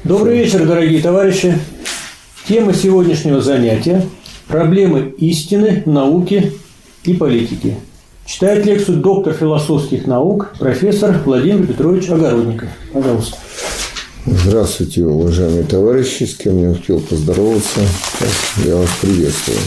Добрый вечер, дорогие товарищи. Тема сегодняшнего занятия – проблемы истины, науки и политики. Читает лекцию доктор философских наук, профессор Владимир Петрович Огородников. Пожалуйста. Здравствуйте, уважаемые товарищи, с кем не успел поздороваться. Я вас приветствую.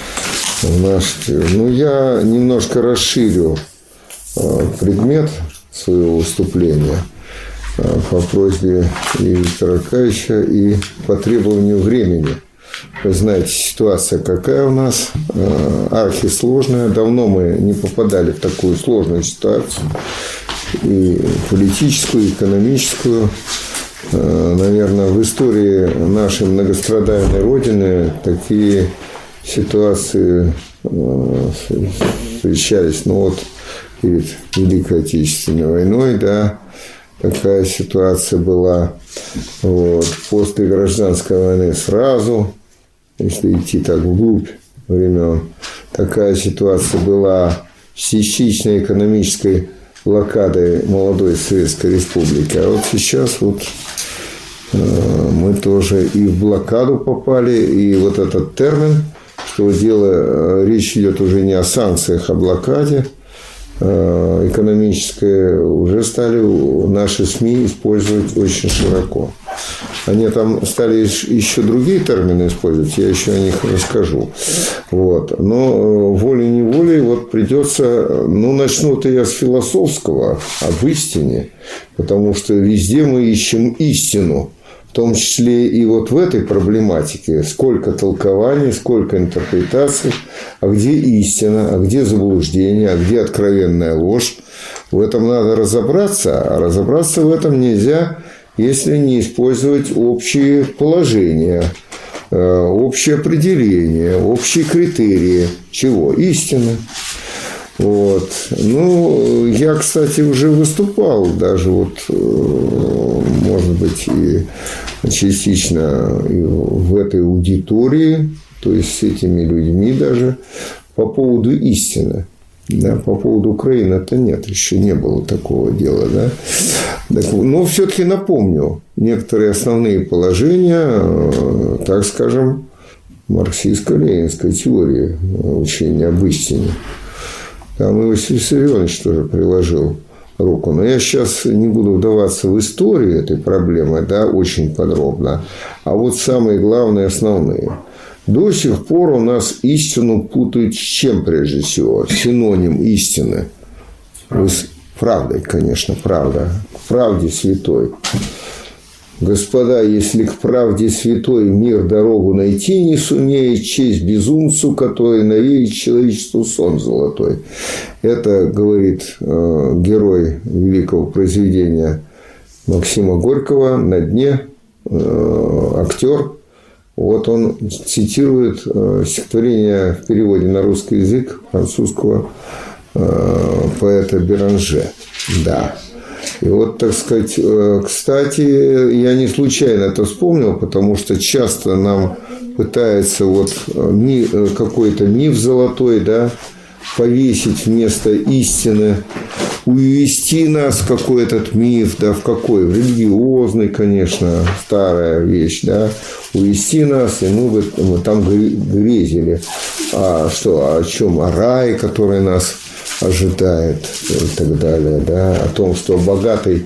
Я немножко расширю предмет своего выступления по просьбе и Виктора Аркадьевича, и по требованию времени. Вы знаете, ситуация какая у нас, архисложная. Давно мы не попадали в такую сложную ситуацию, и политическую, и экономическую. Наверное, в истории нашей многострадальной Родины такие ситуации встречались, перед Великой Отечественной войной, да, такая ситуация была. После гражданской войны сразу, если идти так вглубь времен, такая ситуация была с частичной экономической блокадой молодой Советской Республики. А вот сейчас мы тоже и в блокаду попали, и вот этот термин, что речь идет уже не о санкциях, а о блокаде экономической, уже стали наши СМИ использовать очень широко. Они там стали еще другие термины использовать, я еще о них расскажу. Но волей-неволей придется, начну-то я с философского, об истине, потому что везде мы ищем истину. В том числе и в этой проблематике сколько толкований, сколько интерпретаций, а где истина, а где заблуждение, а где откровенная ложь. В этом надо разобраться, а разобраться в этом нельзя, если не использовать общие положения, общие определения, общие критерии. Чего? Истины. Я, кстати, уже выступал даже может быть, и частично и в этой аудитории, то есть с этими людьми даже, по поводу истины. Да, по поводу Украины-то нет, еще не было такого дела. Да? Но все-таки напомню некоторые основные положения, так скажем, марксистско-ленинской теории учения об истине. Там и Василий Виссарионович тоже приложил руку. Но я сейчас не буду вдаваться в историю этой проблемы, да, очень подробно. А самые главные, основные. До сих пор у нас истину путают с чем прежде всего? Синоним истины. С правдой, конечно, правда. К правде святой. Господа, если к правде святой мир дорогу найти не сумеет, честь безумцу, который навеет человечеству сон золотой. Это говорит герой великого произведения Максима Горького «На дне», актер. Он цитирует стихотворение в переводе на русский язык французского поэта Беранже. Да. И так сказать, кстати, я не случайно это вспомнил, потому что часто нам пытается какой-то миф золотой, да, повесить вместо истины, увести нас в какой этот миф, да, в какой? В религиозный, конечно, старая вещь, да, увести нас, и мы там грезили. А что, о чем? О рае, который нас ожидает и так далее, да, о том, что богатый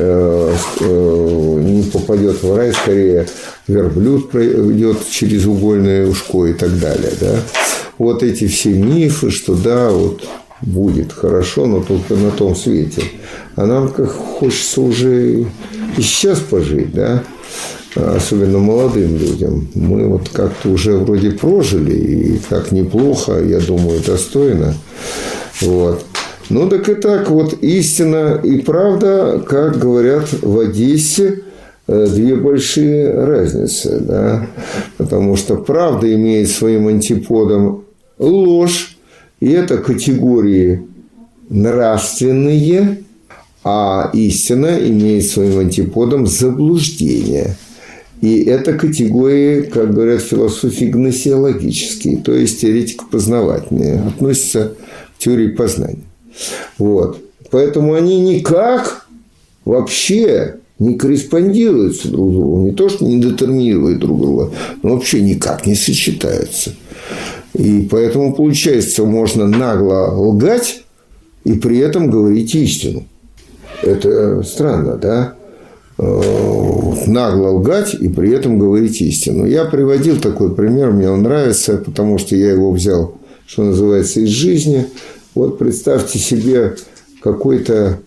не попадет в рай, скорее верблюд пройдет через угольное ушко и так далее, да. Эти все мифы, что да, будет хорошо, но только на том свете. А нам как хочется уже и сейчас пожить, да, особенно молодым людям. Мы как-то уже вроде прожили, и как неплохо, я думаю, достойно. Так и так, истина и правда, как говорят в Одессе, две большие разницы, да? Потому что правда имеет своим антиподом ложь, и это категории нравственные, а истина имеет своим антиподом заблуждение. И это категории, как говорят в философии, гносеологические, то есть теоретико-познавательные, относятся к теории познания. Поэтому они никак вообще не корреспондируются друг с другом, не то, что не детерминируют друг друга, но вообще никак не сочетаются. И поэтому, получается, можно нагло лгать и при этом говорить истину. Это странно, да? Нагло лгать и при этом говорить истину. Я приводил такой пример, мне он нравится, потому что я его взял, что называется, из жизни. Вот представьте себе какой-то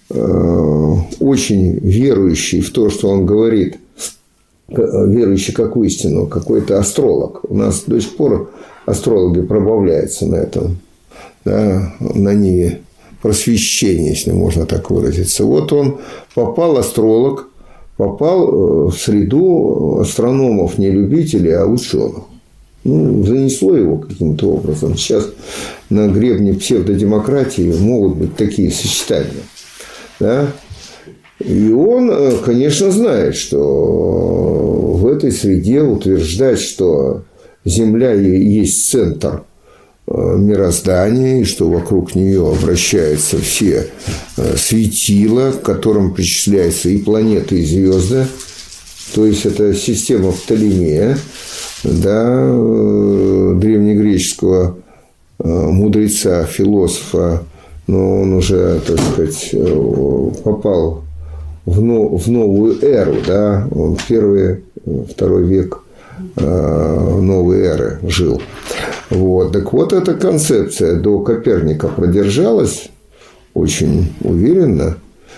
очень верующий в то, что он говорит, верующий как в истину, какой-то астролог. У нас до сих пор астрологи пробавляются на этом, да, на ниве просвещения, если можно так выразиться. Вот он астролог, попал в среду астрономов, не любителей, а ученых. Ну, занесло его каким-то образом. Сейчас на гребне псевдодемократии могут быть такие сочетания. Да? И он, конечно, знает, что в этой среде утверждать, что Земля есть центр мироздания, и что вокруг нее обращаются все светила, к которым причисляются и планеты, и звезды. То есть, это система Птолемея, да, древнегреческого мудреца, философа, но он уже, так сказать, попал в новую эру, да, он второй век новой эры жил. Вот. Так вот, эта концепция до Коперника продержалась очень уверенно.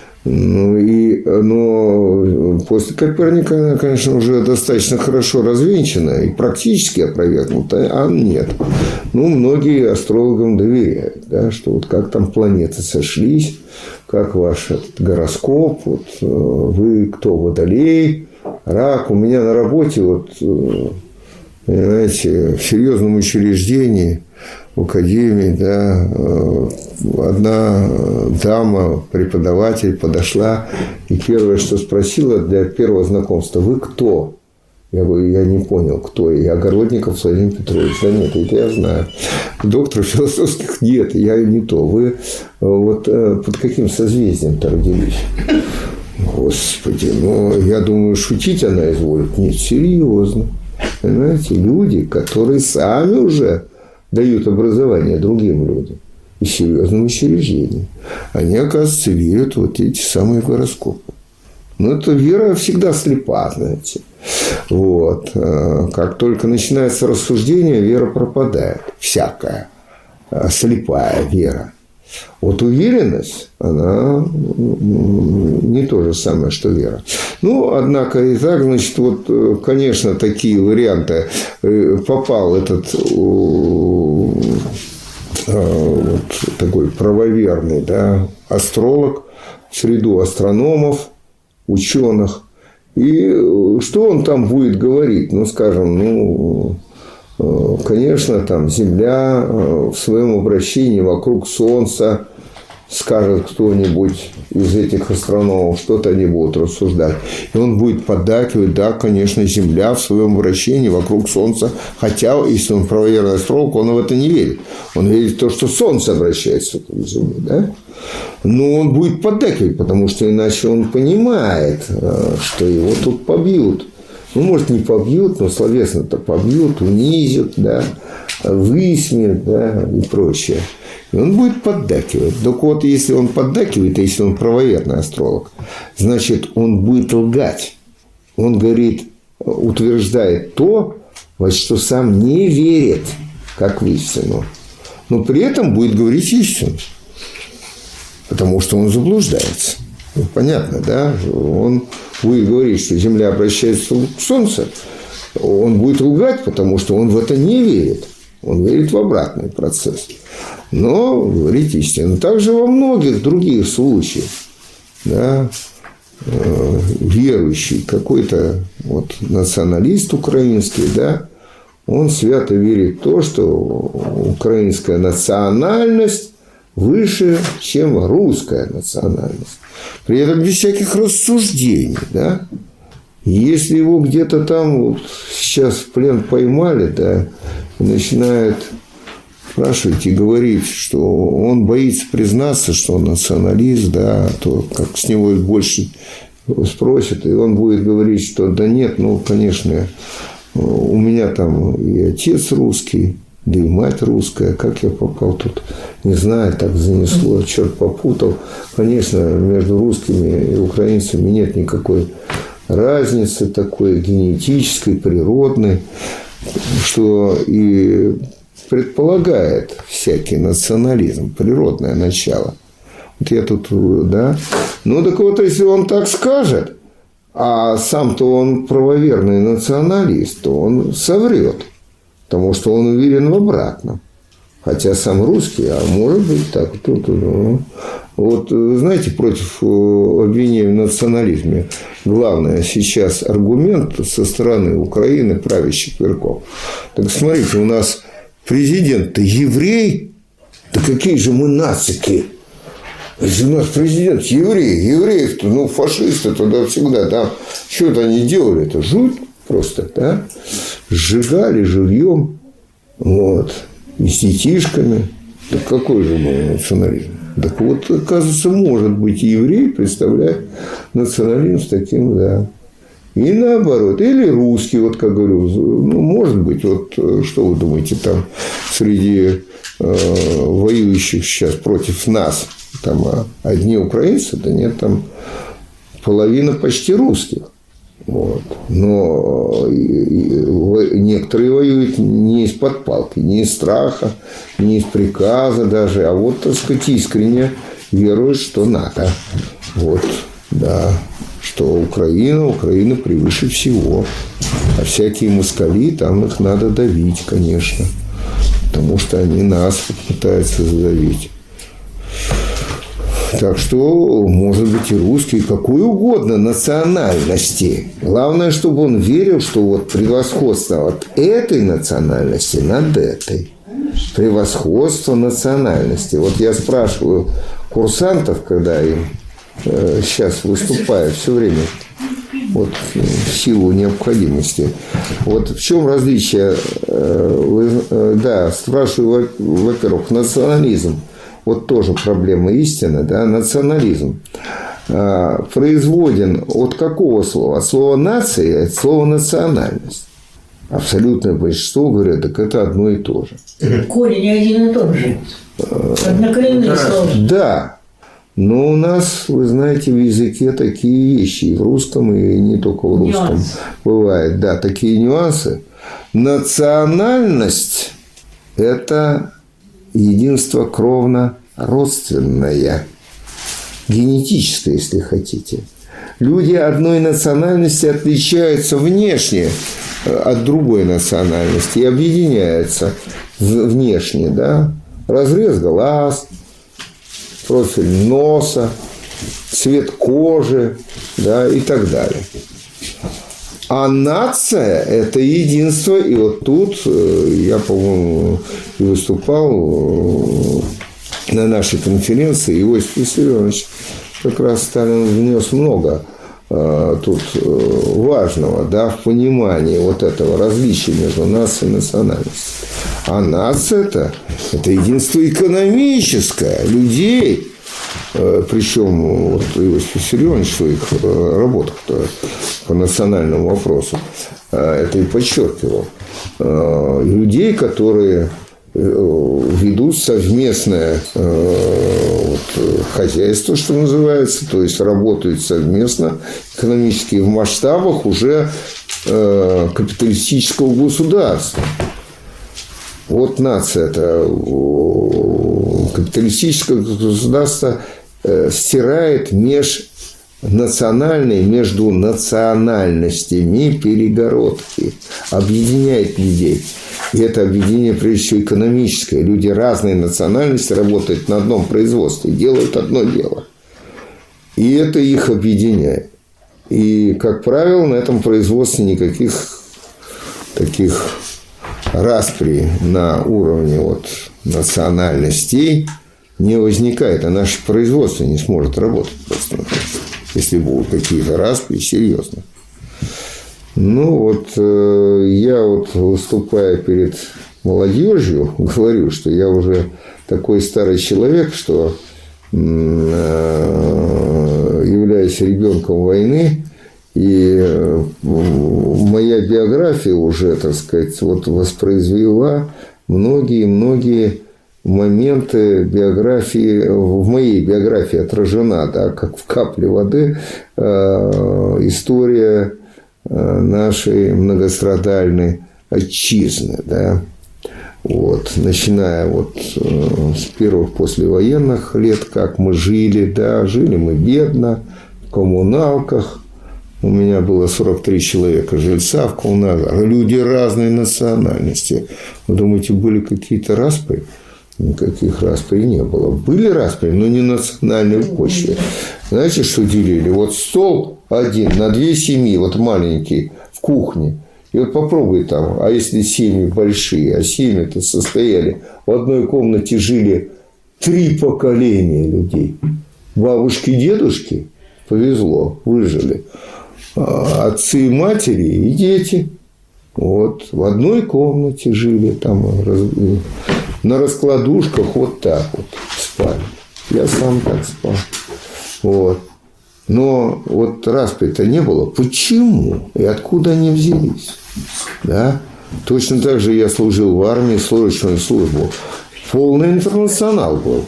Но после Коперника она, конечно, уже достаточно хорошо развенчана и практически опровергнута, а нет. Ну, многие астрологам доверяют, да, что вот как там планеты сошлись, как ваш гороскоп, вот, вы кто, Водолей, Рак. У меня на работе, вот, понимаете, в серьезном учреждении, в академии, да, одна дама, преподаватель, подошла и первое, что спросила для первого знакомства: вы кто? Я говорю: я не понял, кто я. Я Огородников Владимир Петрович. Да нет, это я знаю. Доктор философских. Нет, я не то. Вы вот под каким созвездием-то родились? Господи, ну, я думаю, шутить она изволит. Нет, серьезно. Понимаете, люди, которые сами уже дают образование другим людям и серьезным учреждениям, они, оказывается, верят в вот эти самые гороскопы. Но эта вера всегда слепа, знаете. Вот. Как только начинается рассуждение, вера пропадает. Всякая слепая вера. Вот уверенность, она не то же самое, что вера. Ну, однако и так, значит, вот, конечно, такие варианты. Попал этот вот такой правоверный, да, астролог в среду астрономов, ученых. И что он там будет говорить? Ну, скажем, конечно, там Земля в своем обращении вокруг Солнца, скажет кто-нибудь из этих астрономов, что-то они будут рассуждать. И он будет поддакивать: да, конечно, Земля в своем вращении вокруг Солнца. Хотя, если он правоверный астролог, он в это не верит. Он верит в то, что Солнце обращается вокруг Земли. Да? Но он будет поддакивать, потому что иначе он понимает, что его тут побьют. Ну, может, не побьют, но словесно-то побьют, унизят, да, высмеют, да, и прочее. И он будет поддакивать. Так вот, если он поддакивает, а если он правоверный астролог, значит, он будет лгать. Он говорит, утверждает то, во что сам не верит, как в истину. Но при этом будет говорить истину. Потому что он заблуждается. Ну, понятно, да? Он будет говорить, что Земля обращается к Солнцу. Он будет лгать, потому что он в это не верит. Он верит в обратный процесс. Но говорить истину. Также во многих других случаях, да, верующий какой-то вот националист украинский, да, он свято верит в то, что украинская национальность выше, чем русская национальность. При этом без всяких рассуждений, да. Если его где-то там вот сейчас в плен поймали, да, и начинают спрашивать и говорить, что он боится признаться, что он националист, да, то как с него больше спросят, и он будет говорить, что да нет, ну, конечно, у меня там и отец русский, да и мать русская, как я попал тут, не знаю, так занесло, черт попутал. Конечно, между русскими и украинцами нет никакой разницы такой генетической, природной, что и предполагает всякий национализм, природное начало. Вот я тут, да. Ну, так вот, если он так скажет, а сам-то он правоверный националист, то он соврет. Потому что он уверен в обратном. Хотя сам русский, а может быть так. Вот, знаете, против обвинения в национализме главное сейчас аргумент со стороны Украины правящих верхов. Так смотрите, у нас президент-то еврей. Да какие же мы нацики? Если у нас президент еврей, евреев-то, ну, фашисты туда всегда, там, что-то они делали, это жуть просто, да? Сжигали живьем, вот, и с детишками. Так какой же мы национализм? Так вот, оказывается, может быть, и еврей представляет национализм с таким, да. И наоборот. Или русский, вот как говорю, ну, может быть, вот что вы думаете, там среди воюющих сейчас против нас, там одни украинцы, да нет, там половина почти русских. Вот. Но некоторые воюют не из-под палки, не из страха, не из приказа даже, а вот, так сказать, искренне веруют, что надо. Вот, да, что Украина превыше всего. А всякие москали, там их надо давить, конечно. Потому что они нас пытаются задавить. Так что, может быть, и русский, какой угодно национальности. Главное, чтобы он верил, что вот превосходство от этой национальности над этой. Превосходство национальности. Вот я спрашиваю курсантов, когда им сейчас выступаю все время, вот в силу необходимости. Вот в чем различие? Да, спрашиваю, во-первых, национализм. Вот тоже проблема истины, да, национализм производен от какого слова? От слова «нация», от слова «национальность». Абсолютное большинство говорят, так это одно и то же. Корень один и тот же. Однокоренные слова. Да. Но у нас, вы знаете, в языке такие вещи. И в русском, и не только в русском. Бывает, да, такие нюансы. Национальность – это единство кровно-родственное, генетическое, если хотите. Люди одной национальности отличаются внешне от другой национальности и объединяются внешне, да? Разрез глаз, профиль носа, цвет кожи, да, и так далее. А нация – это единство. И вот тут я, по-моему, и выступал на нашей конференции. Иосиф Виссарионович как раз Сталин внес много тут важного, да, в понимании вот этого различия между нацией и национальностью. А нация – это единство экономическое людей. Причем вот Иосиф Виссарионович в своих работах по национальному вопросу это и подчеркивал. Людей, которые ведут совместное хозяйство, что называется, то есть работают совместно экономически в масштабах уже капиталистического государства. Вот нация – это капиталистическое государство стирает между национальностями перегородки, объединяет людей. И это объединение, прежде всего, экономическое. Люди разной национальности работают на одном производстве, делают одно дело. И это их объединяет. И, как правило, на этом производстве никаких таких распри на уровне вот национальностей не возникает, а наше производство не сможет работать просто, если будут какие-то распри серьезно. Ну вот я вот выступая перед молодежью говорю, что я уже такой старый человек, что являюсь ребенком войны, и моя биография уже, так сказать, вот воспроизвела многие моменты биографии, в моей биографии отражена, да, как в капле воды, история нашей многострадальной отчизны, да. Вот, начиная вот с первых послевоенных лет, как мы жили, да, жили мы бедно, в коммуналках. У меня было 43 человека жильца в коммуналках, люди разной национальности. Вы думаете, были какие-то распри? Никаких распри не было. Были распри, но не на национальной почве. Знаете, что делили? Вот стол один на 2 семьи, вот маленький, в кухне. И вот попробуй там, а если семьи большие, а семьи-то состояли, в одной комнате жили 3 поколения людей. Бабушки, дедушки, повезло, выжили. Отцы и матери и дети. Вот, в одной комнате жили, там на раскладушках вот так вот спали. Я сам так спал. Вот. Но вот распри-то не было. Почему? И откуда они взялись? Да? Точно так же я служил в армии, срочную службу. Полный интернационал был.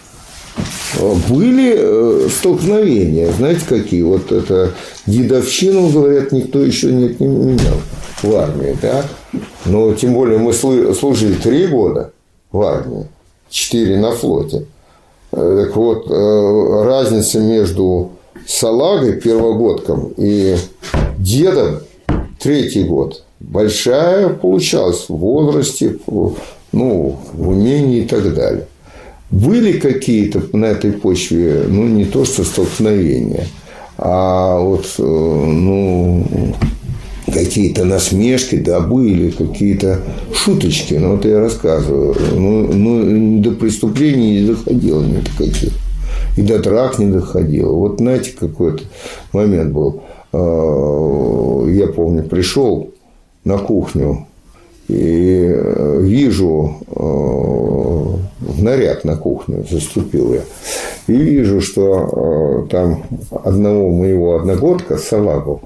Были столкновения. Знаете, какие? Вот это дедовщину, говорят, никто еще не отменял в армии. Да? Но тем более мы служили 3 года в армии, 4 на флоте. Так вот, разница между салагой, первогодком, и дедом, 3-й год, большая получалась в возрасте, ну, в умении и так далее. Были какие-то на этой почве, ну, не то что столкновения, а вот, ну, какие-то насмешки, да, были какие-то шуточки, ну, вот я рассказываю, ну, до преступлений не доходило никаких, и до драк не доходило. Вот знаете, какой-то момент был, я помню, пришел на кухню и вижу, в наряд на кухню заступил я, и вижу, что там одного моего одногодка, салагу,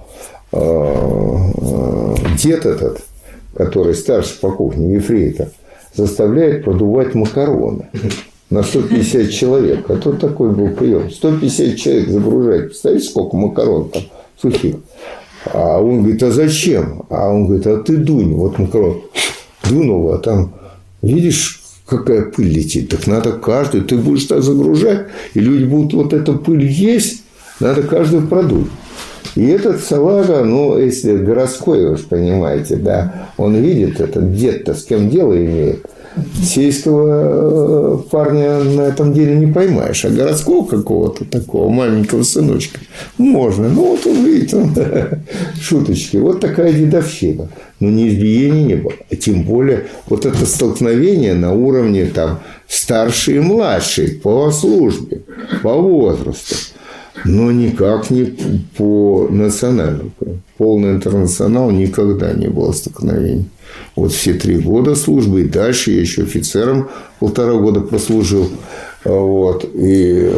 дед этот, который старше по кухне, ефрейтор, заставляет продувать макароны на 150 человек. А то такой был прием. 150 человек загружать. Представляете, сколько макарон там сухих? А он говорит, а зачем? А он говорит, а ты дунь. Вот макарон дунул, а там, видишь, какая пыль летит. Так надо каждую. Ты будешь так загружать, и люди будут вот эту пыль есть. Надо каждую продуть. И этот салага, ну, если городской, вы же понимаете, да, он видит, этот дед-то с кем дело имеет. Сельского парня на этом деле не поймаешь, а городского какого-то такого маленького сыночка можно. Ну, вот он видит, шуточки. Вот такая дедовщина. Но ни избиений не было. А тем более, вот это столкновение на уровне там старший и младший по службе, по возрасту. Но никак не по национальному. Полный интернационал никогда не было столкновений. Вот все 3 года службы, и дальше я еще офицером 1,5 года прослужил. Вот, и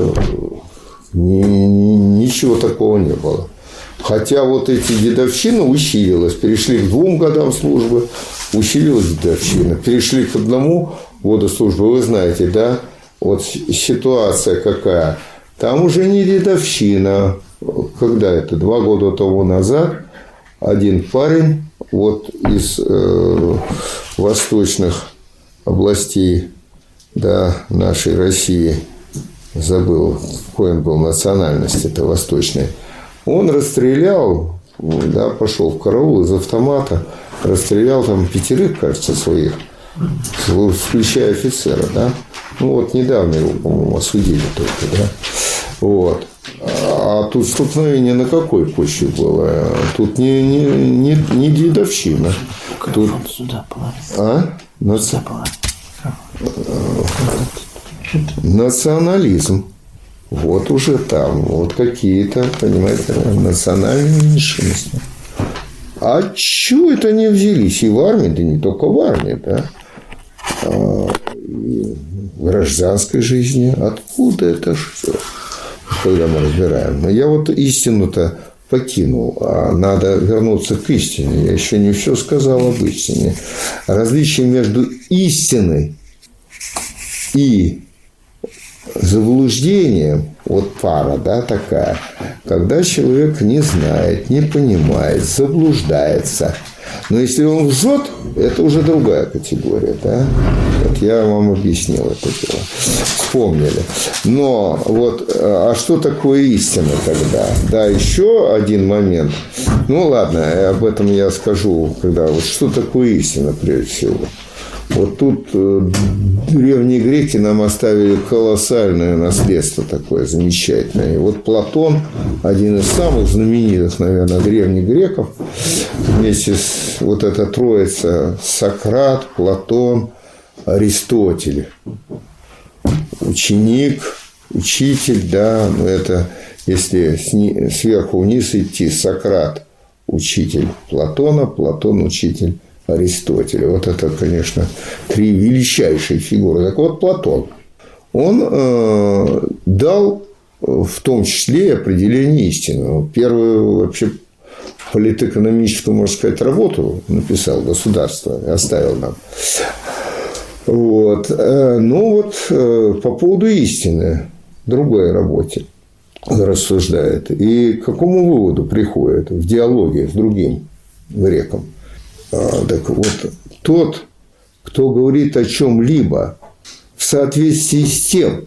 ничего такого не было. Хотя вот эти дедовщина усилилась. Перешли к 2 годам службы, усилилась дедовщина. Перешли к 1 году службы. Вы знаете, да? Вот ситуация какая. Там уже не дедовщина. Когда это? 2 года тому назад один парень вот из восточных областей, да, нашей России, забыл, какой он был национальности, это восточной, он расстрелял, да, пошел в караул из автомата, расстрелял там 5, кажется, своих, включая офицера, да. Ну, вот недавно его, по-моему, осудили только, да. Вот. А тут столкновение на какой почве было? Тут не дедовщина. Тут... Национализм. Вот уже там. Вот какие-то, понимаете, национальные меньшинства. А чего это они взялись? И в армии, да не только в армии, да? В гражданской жизни. Откуда это все? когда мы разбираем. Но я вот истину-то покинул, а надо вернуться к истине. Я еще не все сказал об истине. Различие между истиной и заблуждением, вот пара, да, такая, когда человек не знает, не понимает, заблуждается. Но если он лжет, это уже другая категория, да? Вот я вам объяснил это дело. Вспомнили. Но вот, а что такое истина тогда? Да, еще один момент. Ну, ладно, об этом я скажу, когда вот что такое истина, прежде всего. Вот тут древние греки нам оставили колоссальное наследство такое замечательное. И вот Платон, один из самых знаменитых, наверное, древних греков, вместе с вот эта троица Сократ, Платон, Аристотель. Ученик, учитель, да, но это если сверху вниз идти, Сократ – учитель Платона, Платон – учитель Аристотеля. Вот это, конечно, три величайшие фигуры. Так вот, Платон, он дал в том числе определение истины. Первую вообще политэкономическую, можно сказать, работу написал государство и оставил нам. Вот. Ну вот по поводу истины в другой работе рассуждает. И к какому выводу приходит в диалоге с другим греком? Так вот, тот, кто говорит о чем-либо в соответствии с тем,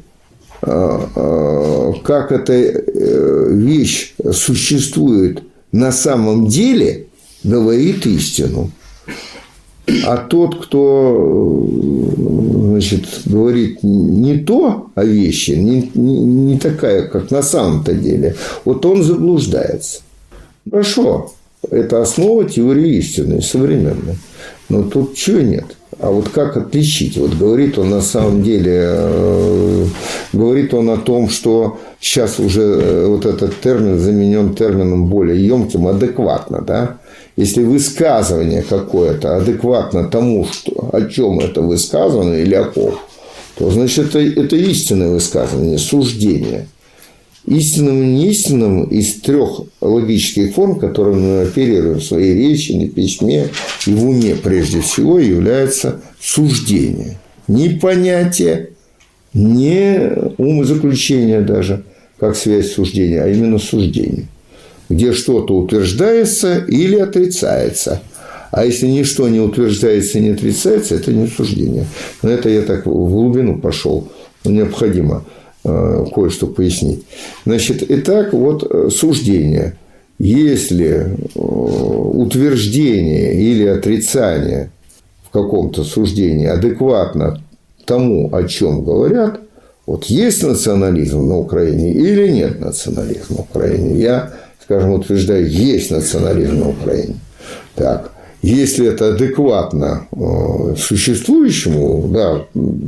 как эта вещь существует на самом деле, говорит истину. А тот, кто, значит, говорит не то о вещи, не такая, как на самом-то деле, вот он заблуждается. Хорошо. Это основа теории истины современной. Но тут чего нет? А вот как отличить? Вот говорит он на самом деле, говорит он о том, что сейчас уже вот этот термин заменен термином более емким, адекватно, да? Если высказывание какое-то адекватно тому, что, о чем это высказано или о ком, то значит это истинное высказывание, суждение. Истинным и неистинным из трех логических форм, которыми мы оперируем в своей речи, на письме и в уме прежде всего, является суждение. Не понятие, не умозаключение даже, как связь суждения, а именно суждение. Где что-то утверждается или отрицается. А если ничто не утверждается и не отрицается, это не суждение. Но это я так в глубину пошел. Необходимо кое-что пояснить. Значит, итак, вот суждение. Если утверждение или отрицание в каком-то суждении адекватно тому, о чем говорят, вот есть национализм на Украине или нет национализма на Украине. Я, скажем, утверждаю, есть национализм на Украине. Так. Если это адекватно существующему, да,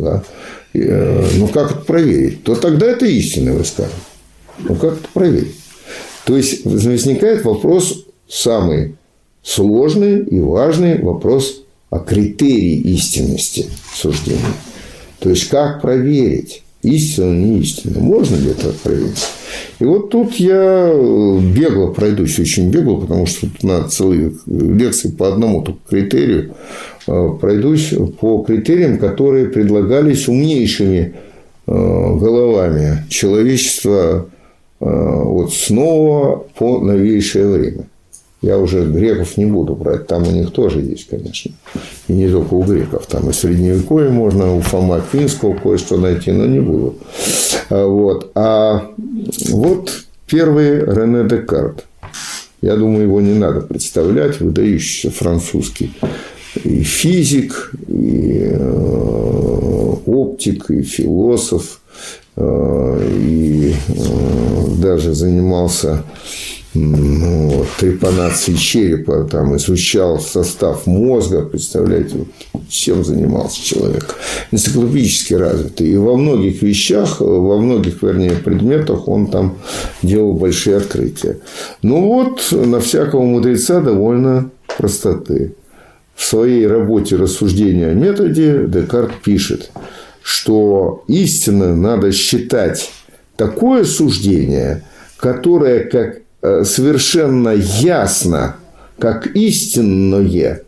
ну как это проверить, то тогда это истинное высказывание. Ну как это проверить? То есть возникает вопрос самый сложный и важный вопрос о критерии истинности суждения. То есть как проверить истину, не истину. Можно ли это проверить? И вот тут я бегло пройдусь, очень бегло, потому что тут надо целые лекции по одному только критерию. Пройдусь по критериям, которые предлагались умнейшими головами человечества вот с нового по новейшее время. Я уже греков не буду брать, там у них тоже есть, конечно. И не только у греков. Там и в Средневековье можно у Фомы Аквинского кое-что найти, но не буду. Вот. А вот первый Рене Декарт. Я думаю, его не надо представлять. Выдающийся французский и физик, и оптик, и философ, и даже занимался трепанацией черепа, там, изучал состав мозга, представляете, вот, чем занимался человек. Энциклопедически развитый. И во многих вещах, во многих, вернее, предметах он там делал большие открытия. Ну вот, на всякого мудреца довольно простоты. В своей работе «Рассуждение о методе» Декарт пишет, что истину надо считать такое суждение, которое как совершенно ясно, как истинное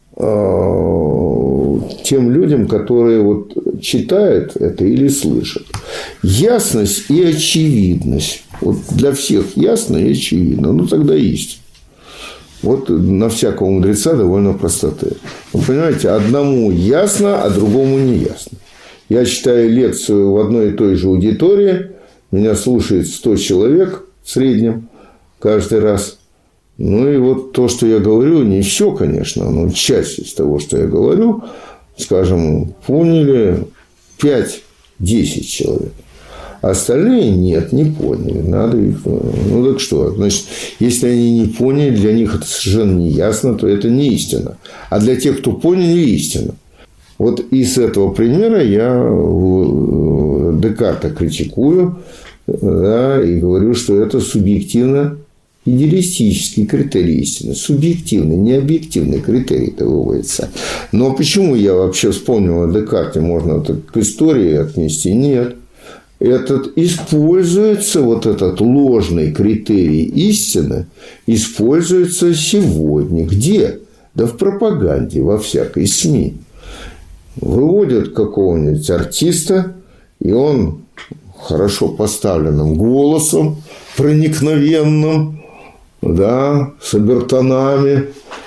тем людям, которые вот читают это или слышат. Ясность и очевидность. Вот для всех ясно и очевидно. Ну, тогда истина. Вот на всякого мудреца довольно простоты. Вы понимаете, одному ясно, а другому не ясно. Я читаю лекцию в одной и той же аудитории. Меня слушает 100 человек в среднем каждый раз. Ну, и вот то, что я говорю, не все, конечно, но часть из того, что я говорю, скажем, поняли 5-10 человек. А остальные нет, не поняли. Надо их... Ну, так что? Значит, если они не поняли, для них это совершенно не ясно, то это не истина. А для тех, кто поняли, истина. Вот из этого примера я Декарта критикую, да, и говорю, что это субъективно идеалистический критерий истины. Субъективный, не объективный критерий-то выводится. Но почему я вообще вспомнил о Декарте? Можно это к истории отнести? Нет. Используется вот этот ложный критерий истины, используется сегодня. Где? Да в пропаганде, во всякой СМИ. Выводят какого-нибудь артиста, и он хорошо поставленным голосом, проникновенным, да, с обертонами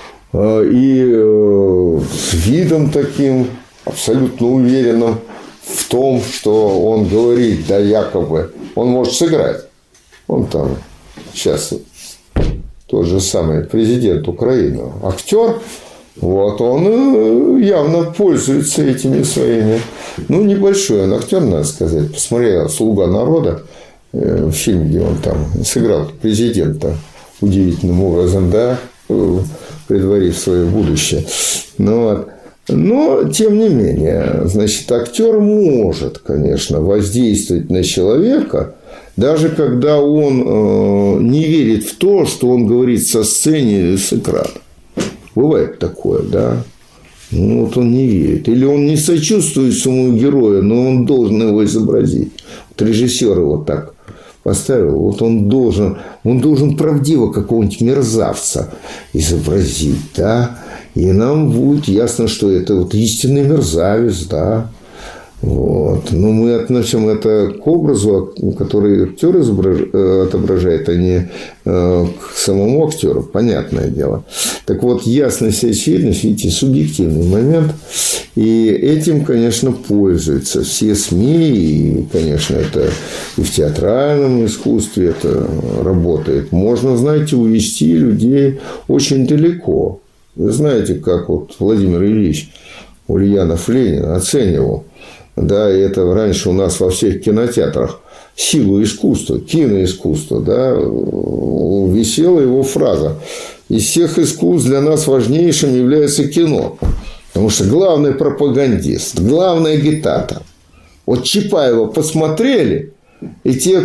и с видом таким абсолютно уверенным в том, что он говорит, да, якобы он может сыграть. Он там сейчас тот же самый президент Украины, актер, вот, он явно пользуется этими своими. Ну, небольшой он актер, надо сказать. Посмотрел «Слуга народа», фильм, где он там сыграл президента удивительным образом, да, предварив свое будущее. Ну, вот. Но, тем не менее, значит, актер может, конечно, воздействовать на человека, даже когда он не верит в то, что он говорит со сцены или с экрана. Бывает такое, да. Ну, вот он не верит. Или он не сочувствует своему герою, но он должен его изобразить. Вот режиссер его так поставил. Вот он должен правдиво какого-нибудь мерзавца изобразить, да. И нам будет ясно, что это вот истинный мерзавец, да. Вот. Но мы относим это к образу, который актер отображает, а не к самому актеру. Понятное дело. Так вот, ясность и очевидность, видите, субъективный момент. И этим, конечно, пользуются все СМИ. И, конечно, это и в театральном искусстве это работает. Можно, знаете, увести людей очень далеко. Вы знаете, как вот Владимир Ильич Ульянов Ленин оценивал, да, и это раньше у нас во всех кинотеатрах силу искусства, киноискусства, да, висела его фраза: из всех искусств для нас важнейшим является кино, потому что главный пропагандист, главный агитатор. Вот Чапаева посмотрели, и те,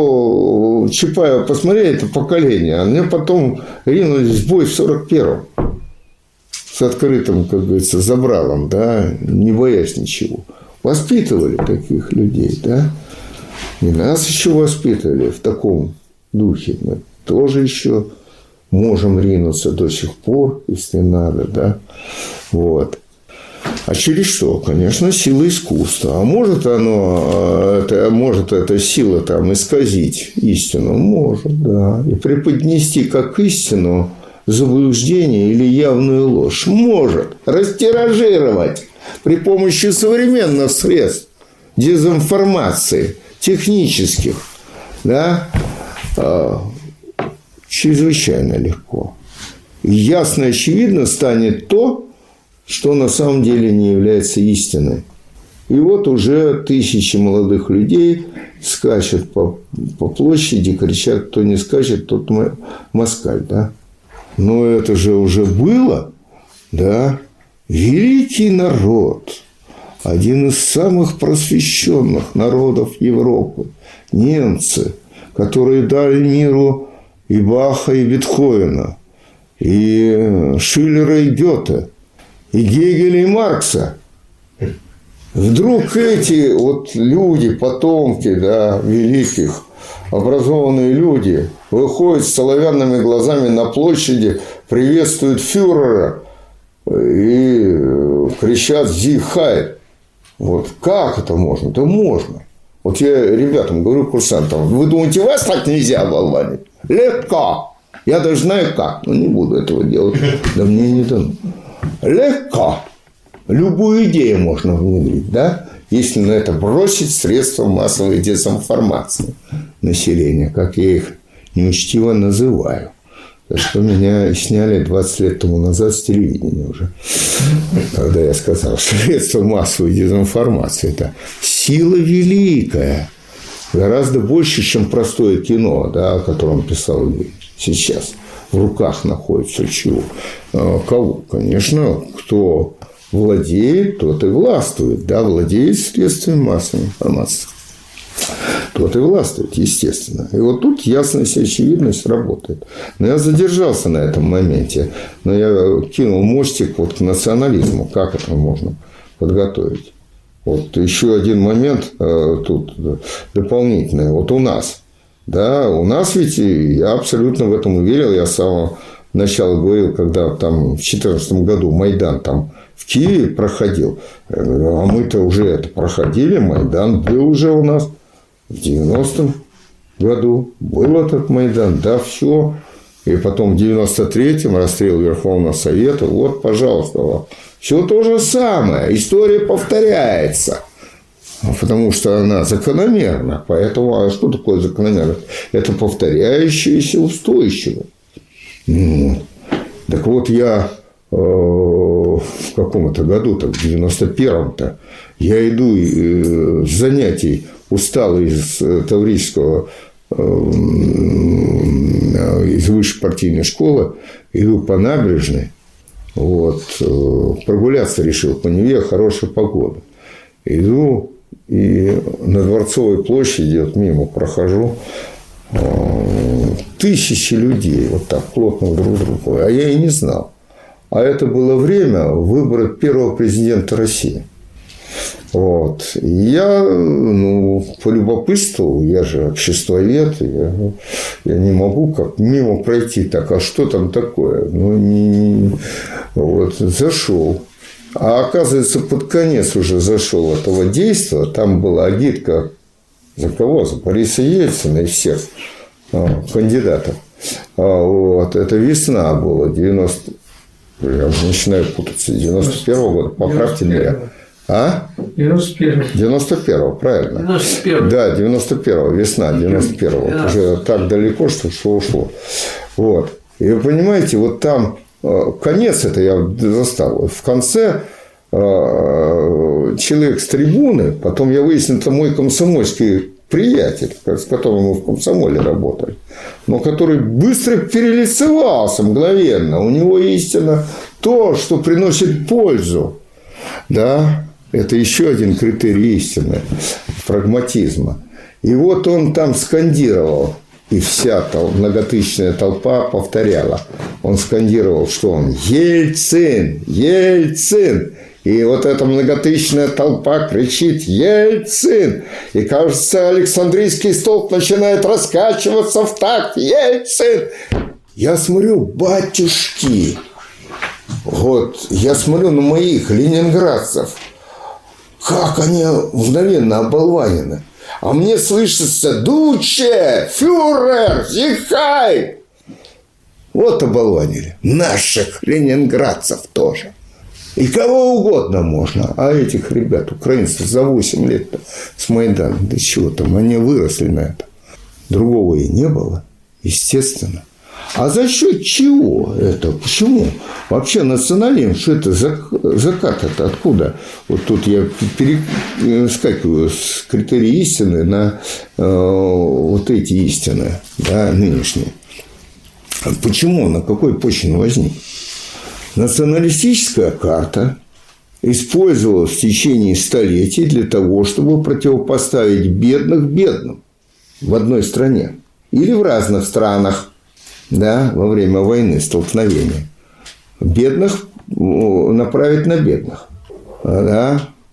кто Чапаева посмотрели, это поколение, они потом ринулись в бой в 41-м с открытым, как говорится, забралом, да, не боясь ничего. Воспитывали таких людей, да. И нас еще воспитывали в таком духе. Мы тоже еще можем ринуться до сих пор, если надо, да. Вот. А через что? Конечно, сила искусства. А может эта сила там исказить истину? Может, да. И преподнести как истину заблуждение или явную ложь. Может растиражировать при помощи современных средств дезинформации, технических, да, чрезвычайно легко. И ясно и очевидно станет то, что на самом деле не является истиной. И вот уже тысячи молодых людей скачут по площади, кричат: кто не скачет, тот москаль, да. Но это же уже было, да. Великий народ, один из самых просвещенных народов Европы, немцы, которые дали миру и Баха, и Бетховена, и Шиллера, и Гёте, и Гегеля, и Маркса. Вдруг эти вот люди, потомки, да, великих, образованные люди, выходят с соловянными глазами на площади, приветствуют фюрера и кричат «Зи Хай». Вот как это можно? Да можно. Вот я ребятам говорю, курсантам, вы думаете, вас так нельзя оболванить? Легко. Я даже знаю как, но не буду этого делать. Да мне не дано. Легко. Любую идею можно внедрить, да? Если на это бросить средства массовой дезинформации населения, как я их неучтиво называю. За что меня сняли 20 лет тому назад с телевидения уже. Когда я сказал, что средства массовой дезинформации – это сила великая. Гораздо больше, чем простое кино, да, о котором писал сейчас. В руках находится чего? Кого? Конечно, кто владеет, тот и властвует. Да, владеет средствами массовой информации. Тот и властвует, естественно. И вот тут ясность и очевидность работает. Но я задержался на этом моменте. Но я кинул мостик вот к национализму. Как это можно подготовить? Вот еще один момент тут дополнительный. Вот у нас. Да, у нас ведь, я абсолютно в этом уверен. Я с самого начала говорил, когда там в 2014 году Майдан там в Киеве проходил. А мы-то уже это проходили. Майдан был уже у нас. В 90-м году был этот Майдан, да, все. И потом в 93-м расстрел Верховного Совета. Вот, пожалуйста, все то же самое. История повторяется. Потому что она закономерна. Поэтому, а что такое закономерность? Это повторяющееся устойчиво. Так вот, я в каком-то году-то, в 91-м-то, я иду с занятий, усталый из Таврического, из высшей партийной школы, иду по набережной, вот, прогуляться решил по Неве, хорошая погода. Иду, и на Дворцовой площади, вот мимо прохожу, тысячи людей, вот так плотно друг к другу, а я и не знал. А это было время выбора первого президента России. Вот. И я полюбопытствовал, я же обществовед, я не могу как мимо пройти так, а что там такое? Вот, зашел. А оказывается, под конец уже зашел этого действия, там была агитка за кого? За Бориса Ельцина и всех кандидатов. Вот. Это весна была, 90... Я уже начинаю путаться. 91-го года. Поправьте меня. А? 91-го, правильно. 91-го. Да, 91-го, весна 91-го. Да. Уже так далеко, что ушло. Вот. И вы понимаете, вот там конец это я застал. В конце человек с трибуны, потом я выяснил, это мой комсомольский приятель, с которым мы в комсомоле работали, но который быстро перелицевался мгновенно. У него истина то, что приносит пользу. Да, это еще один критерий истины, прагматизма. И вот он там скандировал, и вся многотысячная толпа повторяла. Он скандировал, что он Ельцин, Ельцин. И вот эта многотысячная толпа кричит «Ельцин!» И, кажется, Александрийский столб начинает раскачиваться в такт «Ельцин!» Я смотрю, батюшки, вот, я смотрю на моих ленинградцев, как они мгновенно оболванены. А мне слышится «Дуче! Фюрер! Зихай!» Вот оболванили. Наших ленинградцев тоже. И кого угодно можно. А этих ребят, украинцев, за 8 лет с Майдана, да чего там, они выросли на это. Другого и не было, естественно. А за счет чего это? Почему? Вообще национализм, что это закат это откуда? Вот тут я перескакиваю с критерия истины на вот эти истины, да, нынешние. Почему? На какой почве он возник? Националистическая карта использовалась в течение столетий для того, чтобы противопоставить бедных бедным в одной стране или в разных странах, да, во время войны, столкновения. Бедных направить на бедных, да,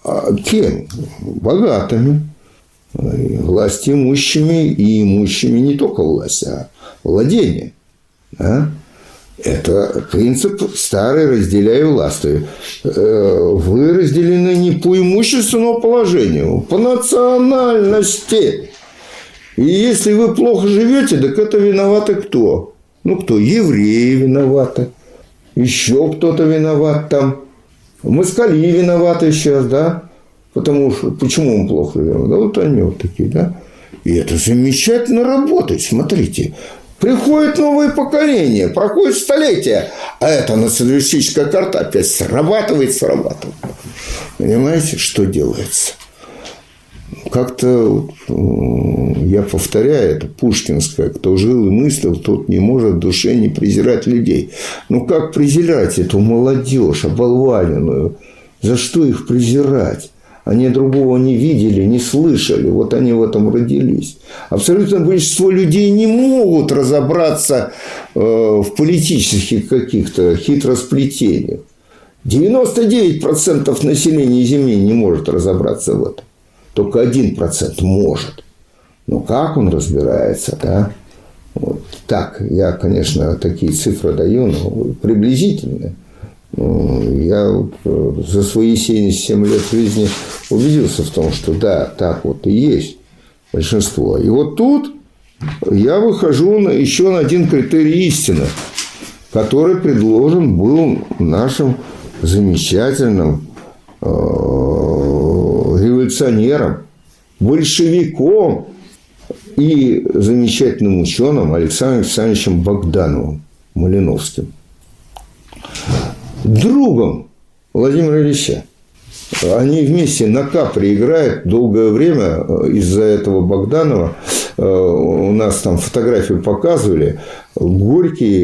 Кем? Богатыми. Власть имущими и имущими не только власть, а владение. Да? Это принцип старый «разделяй властвуй». Вы разделены не по имущественному положению, по национальности. И если вы плохо живете, так это виноваты кто? Ну, кто? Евреи виноваты. Еще кто-то виноват там. Москали виноваты сейчас, да? Потому что, почему он плохо живет? Да вот они вот такие, да? И это замечательно работает, смотрите. Приходит новое поколение, проходит столетия, а эта националистическая карта опять срабатывает. Понимаете, что делается? Как-то, я повторяю, это пушкинское: кто жил и мыслил, тот не может в душе не презирать людей. Ну, как презирать эту молодежь оболваненную? За что их презирать? Они другого не видели, не слышали. Вот они в этом родились. Абсолютное большинство людей не могут разобраться в политических каких-то хитросплетениях. 99% населения Земли не может разобраться в этом. Только 1% может. Но как он разбирается, да? Вот так. Я, конечно, такие цифры даю, но приблизительные. Я за свои 77 лет жизни убедился в том, что да, так вот и есть большинство. И вот тут я выхожу еще на один критерий истины, который предложен был нашим замечательным революционером, большевиком и замечательным ученым Александром Александровичем Богдановым Малиновским. Другом Владимира Ильича. Они вместе на Капри играют долгое время. Из-за этого Богданова у нас там фотографию показывали. Горький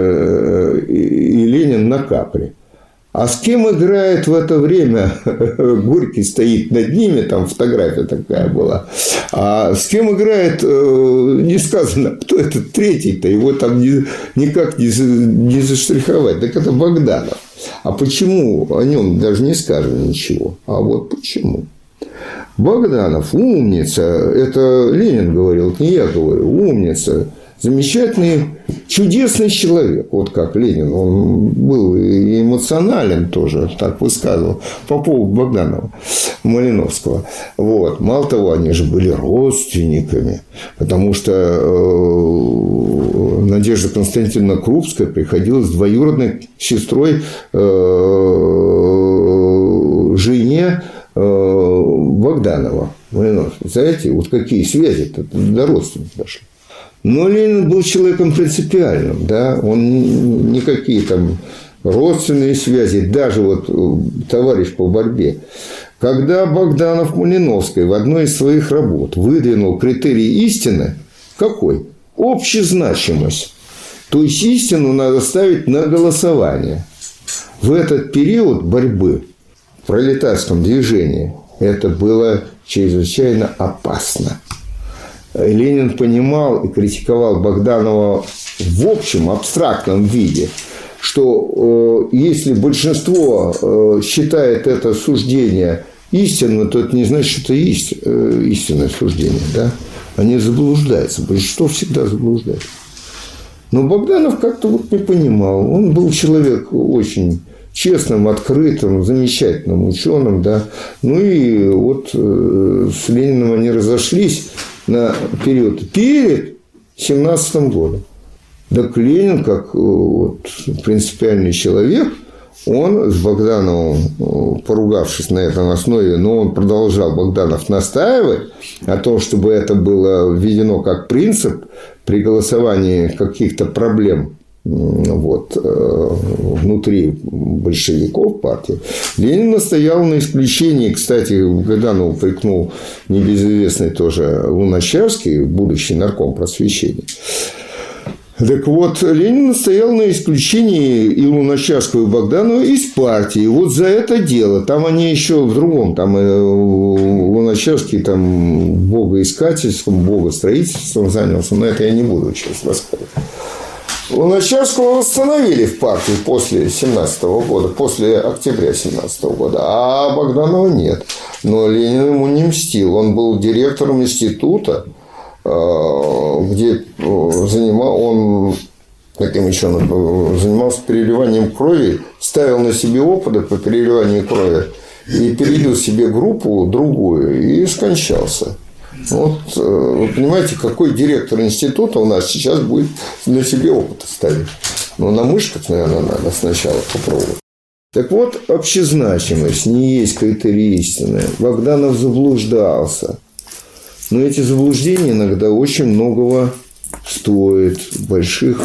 и Ленин на Капри. А с кем играет в это время? Горький стоит над ними, там фотография такая была. А с кем играет, не сказано, кто этот третий-то, его там никак не заштриховать. Так это Богданов. А почему о нем даже не сказано ничего? А вот почему. Богданов умница, это Ленин говорил, не я говорю, умница. Замечательный, чудесный человек. Вот как Ленин. Он был и эмоционален тоже, так высказывал, по поводу Богданова, Малиновского. Вот. Мало того, они же были родственниками, потому что Надежда Константиновна Крупская приходилась двоюродной сестрой жене Богданова. Малиновского. Знаете, вот какие связи-то до родственников дошли. Но Ленин был человеком принципиальным, да, он никакие там родственные связи, даже вот товарищ по борьбе. Когда Богданов Малиновской в одной из своих работ выдвинул критерий истины, какой? Общезначимость. То есть истину надо ставить на голосование. В этот период борьбы в пролетарском движении это было чрезвычайно опасно. Ленин понимал и критиковал Богданова в общем, абстрактном виде, что если большинство считает это суждение истинным, то это не значит, что это истинное суждение. Да? Они заблуждаются. Большинство всегда заблуждается. Но Богданов как-то вот не понимал. Он был человек очень честным, открытым, замечательным ученым. Да? Ну и вот с Лениным они разошлись на период перед 17 годом. Так Ленин, как вот, принципиальный человек, он с Богдановым, поругавшись на этом основе, но он продолжал, Богданов, настаивать о том, чтобы это было введено как принцип при голосовании каких-то проблем вот, внутри большевиков партии. Ленин настоял на исключении, кстати, Богданова упрекнул небезызвестный тоже Луначарский, будущий нарком просвещения. Так вот, Ленин настоял на исключении и Луначарского, и Богданова из партии. Вот за это дело. Там они еще в другом. Там Луначарский там богоискательством, богостроительством занялся. Но это я не буду сейчас рассказывать. Луначарского восстановили в партии после 17 года, после октября 17 года, а Богданова нет. Но Ленин ему не мстил. Он был директором института, где занимался переливанием крови, ставил на себе опыты по переливанию крови и перелил себе группу другую и скончался. Вот, вы понимаете, какой директор института у нас сейчас будет на себе опыты ставить? Ну, на мышках, наверное, надо сначала попробовать. Так вот, общезначимость не есть критерий истины. Богданов заблуждался. Но эти заблуждения иногда очень многого стоят, больших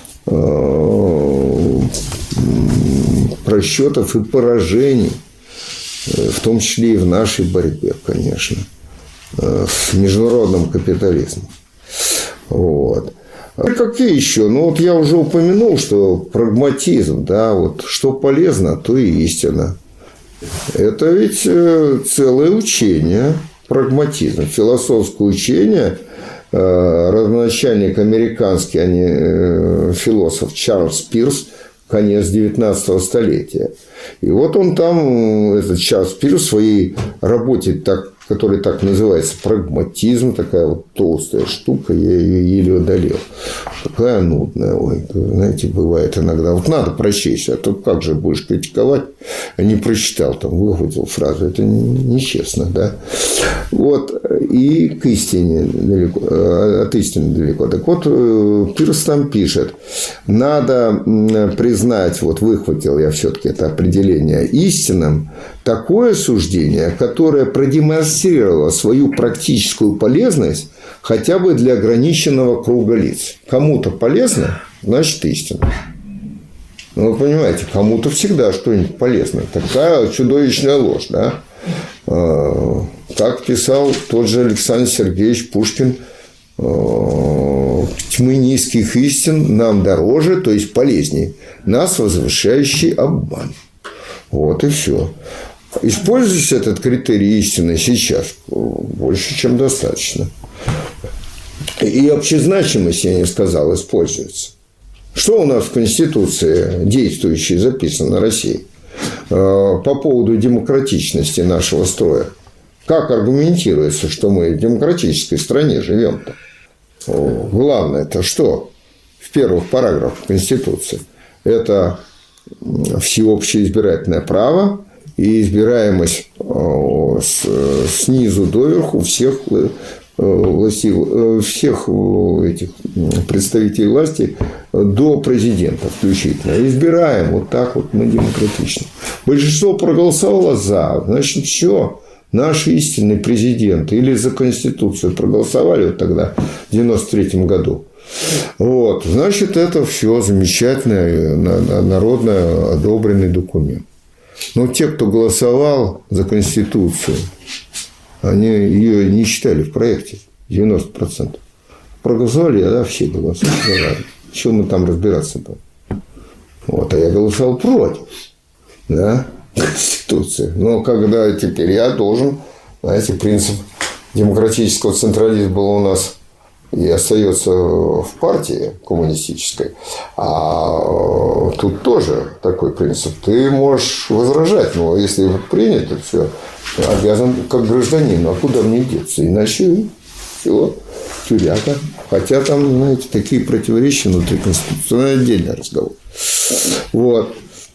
просчетов и поражений, в том числе и в нашей борьбе, конечно, с международным капитализмом. Вот. А какие еще? Ну, вот я уже упомянул, что прагматизм, да, вот что полезно, то и истина. Это ведь целое учение, прагматизм, философское учение. Родоначальник американский, а не философ Чарльз Пирс, конец 19 столетия. И вот он там, этот Чарльз Пирс, в своей работе, который так называется «Прагматизм», такая вот толстая штука, я ее еле одолел. Такая нудная. Ой, знаете, бывает иногда. Вот надо прочесть, а то как же будешь критиковать, а не прочитал, там, выхватил фразу. Это нечестно, да? Вот. И к истине далеко, от истины далеко. Так вот, Пирс там пишет, надо признать, вот выхватил я все-таки это определение, истинным такое суждение, которое продемонстрировало свою практическую полезность хотя бы для ограниченного круга лиц. Кому-то полезно, значит истина. Ну, вы понимаете, кому-то всегда что-нибудь полезно. Такая чудовищная ложь, да? Как писал тот же Александр Сергеевич Пушкин, тьмы низких истин нам дороже, то есть полезней, нас возвышающий обман. Вот и все. Используйте этот критерий истины сейчас больше, чем достаточно. И общезначимость, я не сказал, используется. Что у нас в Конституции действующей записано на России по поводу демократичности нашего строя? Как аргументируется, что мы в демократической стране живем-то? Главное-то что? В первых параграфах Конституции. Это всеобщее избирательное право и избираемость снизу доверху всех этих представителей власти до президента включительно. Избираем. Вот так вот мы демократичны. Большинство проголосовало за. Значит, все. Наш истинный президент или за Конституцию проголосовали вот тогда, в 93 году. Вот. Значит, это все замечательный, народно одобренный документ. Но те, кто голосовал за Конституцию, они ее не читали в проекте. 90%. Проголосовали, да, все голосовали. Чего мы там разбираться будем? Вот, а я голосовал против. Да? Конституции. Но когда теперь я должен, знаете, принцип демократического централизма был у нас и остается в партии коммунистической, а тут тоже такой принцип. Ты можешь возражать, но если принято, все, обязан как гражданин, а куда мне деться? Иначе все, тюряга. Хотя там, знаете, такие противоречия внутри Конституции, отдельный разговор. Вот.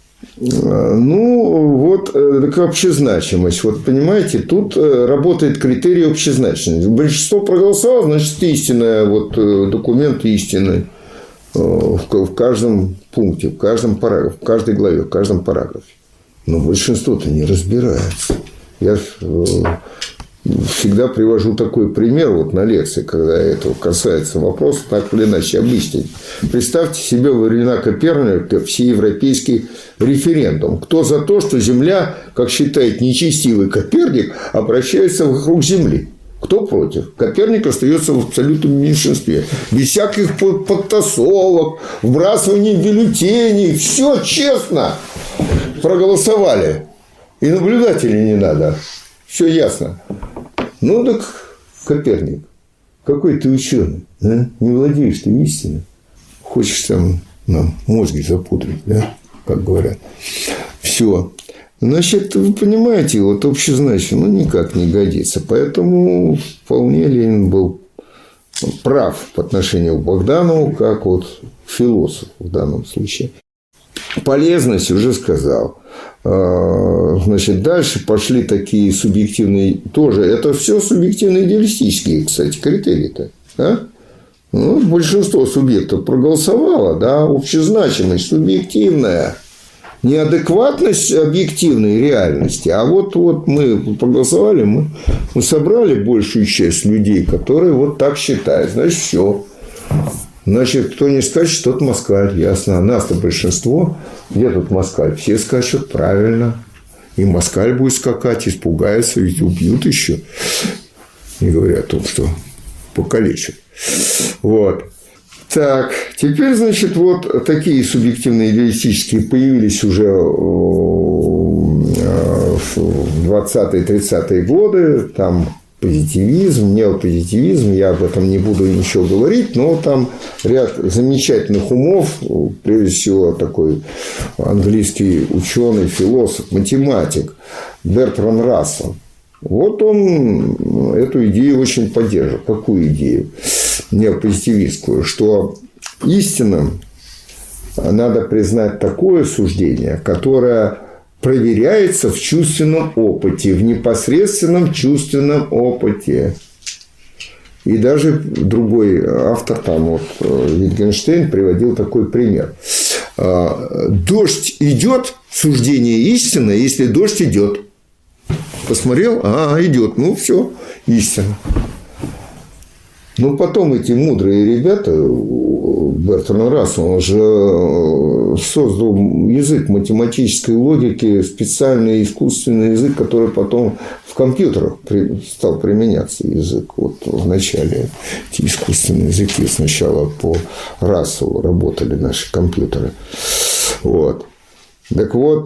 Ну, вот такая общезначимость. Вот, понимаете, тут работает критерий общезначимости. Большинство проголосовало, значит, истинная, вот, документ истинный в каждом пункте, в каждом параграфе, в каждой главе, в каждом параграфе. Но большинство-то не разбирается. Я всегда привожу такой пример вот на лекции, когда этого касается вопроса, так или иначе объяснить. Представьте себе во времена Коперника всеевропейский референдум. Кто за то, что Земля, как считает нечестивый Коперник, обращается вокруг Земли? Кто против? Коперник остается в абсолютном меньшинстве. Без всяких подтасовок, вбрасывания бюллетеней. Все честно проголосовали. И наблюдателей не надо. Все ясно. Ну так, Коперник, какой ты ученый, а? Не владеешь ты истиной. хочешь там нам мозги запудрить, да, как говорят. Все. Значит, вы понимаете, вот общезначимо, никак не годится. Поэтому вполне Ленин был прав по отношению к Богданову, как вот философ в данном случае. Полезность уже сказал. Значит, дальше пошли такие субъективные тоже. Это все субъективные идеалистические, кстати, критерии-то. Да? Ну, большинство субъектов проголосовало, да, общезначимость субъективная. Не адекватность объективной реальности, а вот мы проголосовали, мы собрали большую часть людей, которые вот так считают. Значит, все. Значит, кто не скачет, тот москаль. Ясно. А нас-то большинство. Где тут москаль? Все скачут правильно. И москаль будет скакать, испугается, ведь убьют еще. Не говоря о том, что покалечат. Вот. Так, теперь, значит, вот такие субъективные идеалистические появились уже в 20-30-е годы. Там позитивизм, неопозитивизм, я об этом не буду ничего говорить, но там ряд замечательных умов, прежде всего такой английский ученый, философ, математик Бертранд Рассел. Вот он эту идею очень поддерживал. Какую идею? Неопозитивистскую, что истинным надо признать такое суждение, которое проверяется в чувственном опыте, в непосредственном чувственном опыте. И даже другой автор, там вот Wittgenstein, приводил такой пример. Дождь идет, суждение истинное, если дождь идет. Посмотрел, идет, ну все, истина. Но потом эти мудрые ребята, Бертранд Рассел, он же создал язык математической логики, специальный искусственный язык, который потом в компьютерах стал применяться язык. Вот вначале эти искусственные языки сначала по Расселу работали наши компьютеры. Вот. Так вот,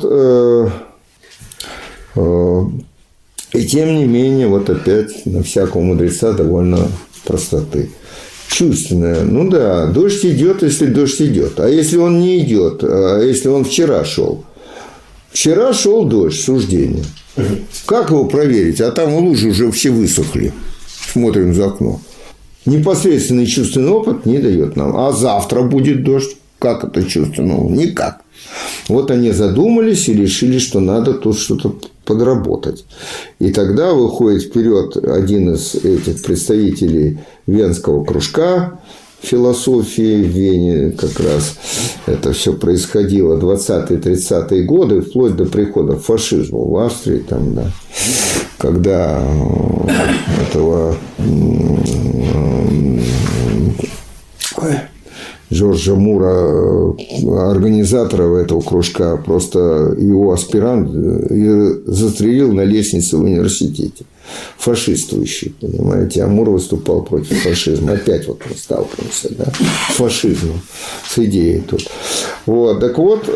и тем не менее, вот опять на всякого мудреца довольно простоты. Чувственное. Ну да, дождь идет, если дождь идет. А если он не идет, а если он вчера шел? Вчера шел дождь, суждение. Как его проверить? А там лужи уже все высохли. Смотрим за окно. Непосредственный чувственный опыт не дает нам. А завтра будет дождь. Как это чувственно? Никак. Вот они задумались и решили, что надо тут что-то подработать. И тогда выходит вперед один из этих представителей Венского кружка философии в Вене, как раз это все происходило 20-30-е годы, вплоть до прихода фашизма в Австрии, там, да, когда этого Жоржа Мура, организатора этого кружка, просто его аспирант застрелил на лестнице в университете. Фашистующий, понимаете. А Мур выступал против фашизма. Опять вот мы сталкиваемся, да, с фашизмом, с идеей тут. Вот. Так вот,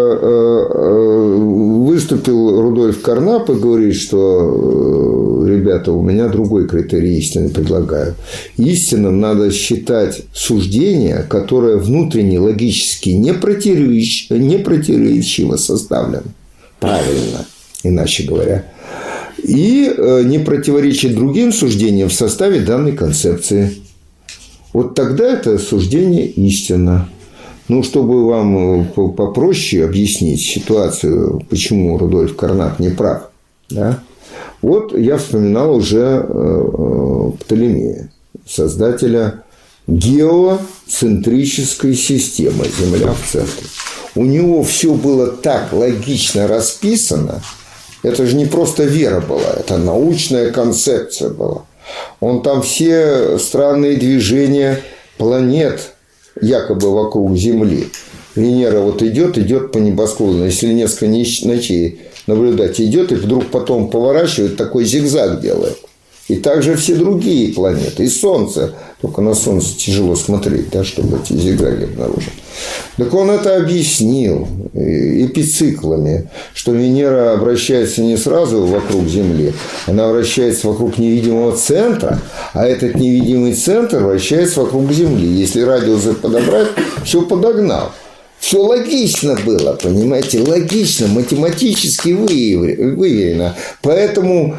выступил Рудольф Карнап и говорит, что, ребята, у меня другой критерий истины предлагаю. Истинным надо считать суждение, которое внутренне логически не противоречиво составлено. Правильно, иначе говоря. И не противоречит другим суждениям в составе данной концепции. Вот тогда это суждение истинно. Ну, чтобы вам попроще объяснить ситуацию, почему Рудольф Карнап не прав, да? Вот я вспоминал уже Птолемея, создателя геоцентрической системы «Земля в центре». У него все было так логично расписано. Это же не просто вера была, это научная концепция была. Он там все странные движения планет якобы вокруг Земли. Венера вот идет по небосклону, если несколько ночей наблюдать, идет и вдруг потом поворачивает, такой зигзаг делает. И также все другие планеты. И Солнце. Только на Солнце тяжело смотреть, да, чтобы эти зигзаги обнаружить. Так он это объяснил эпициклами, что Венера обращается не сразу вокруг Земли, она вращается вокруг невидимого центра, а этот невидимый центр вращается вокруг Земли. Если радиусы подобрать, все подогнал. Все логично было, понимаете, логично, математически выверено. Поэтому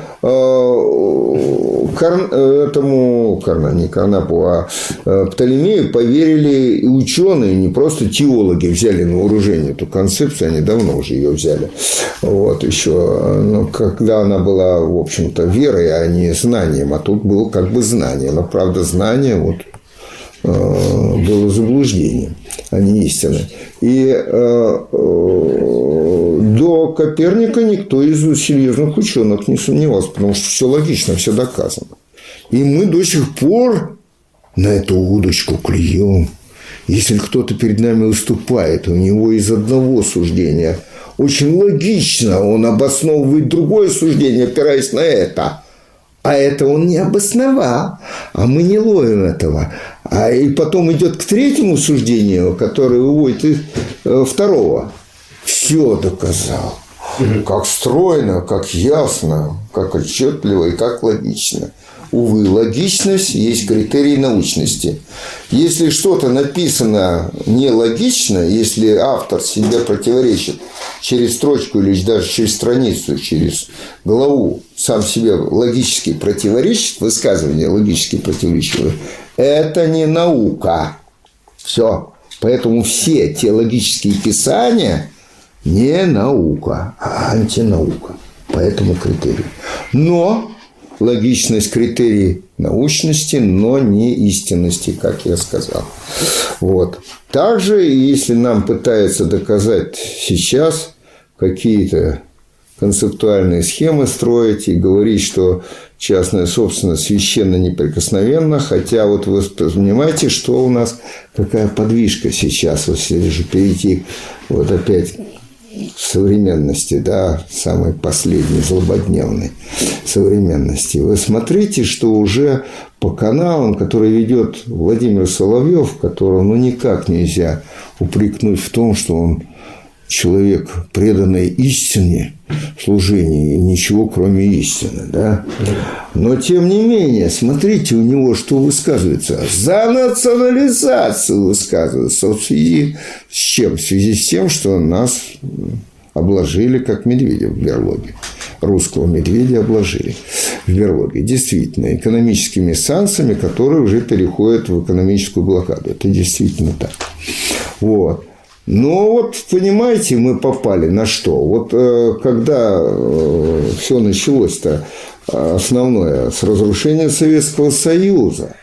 Птолемею поверили и ученые, не просто теологи взяли на вооружение эту концепцию, они давно уже ее взяли. Вот еще, но когда она была, в общем-то, верой, а не знанием, а тут было как бы знание. Но, правда, знание вот было заблуждением, а не истиной. И до Коперника никто из серьезных ученых не сомневался, потому что все логично, все доказано. И мы до сих пор на эту удочку клюем. Если кто-то перед нами выступает, у него из одного суждения очень логично, он обосновывает другое суждение, опираясь на это. А это он не обосновал, а мы не ловим этого. И потом идет к третьему суждению, которое выводит из второго. Все доказал. Как стройно, как ясно, как отчетливо и как логично. Увы, логичность есть критерий научности. Если что-то написано нелогично, если автор себе противоречит через строчку или даже через страницу, через главу, сам себе логически противоречит, высказывание логически противоречивое, это не наука. Все. Поэтому все теологические писания не наука, а антинаука. По этому критерию. Но логичность критерий научности, но не истинности, как я сказал. Вот. Также, если нам пытаются доказать сейчас какие-то концептуальные схемы строить и говорить, что частная собственность священно неприкосновенна, хотя вот вы понимаете, что у нас какая подвижка сейчас, если же перейти вот опять современности, да, самой последней, злободневной современности. Вы смотрите, что уже по каналам, которые ведет Владимир Соловьев, которого никак нельзя упрекнуть в том, что он человек, преданный истине, служению, и ничего кроме истины, да. Но, тем не менее, смотрите, у него что высказывается. За национализацию высказывается. В связи с чем? В связи с тем, что нас обложили как медведя в берлоге. Русского медведя обложили в берлоге. Действительно, экономическими санкциями, которые уже переходят в экономическую блокаду. Это действительно так. Вот. Но вот, понимаете, мы попали на что? Вот когда все началось-то основное с разрушения Советского Союза,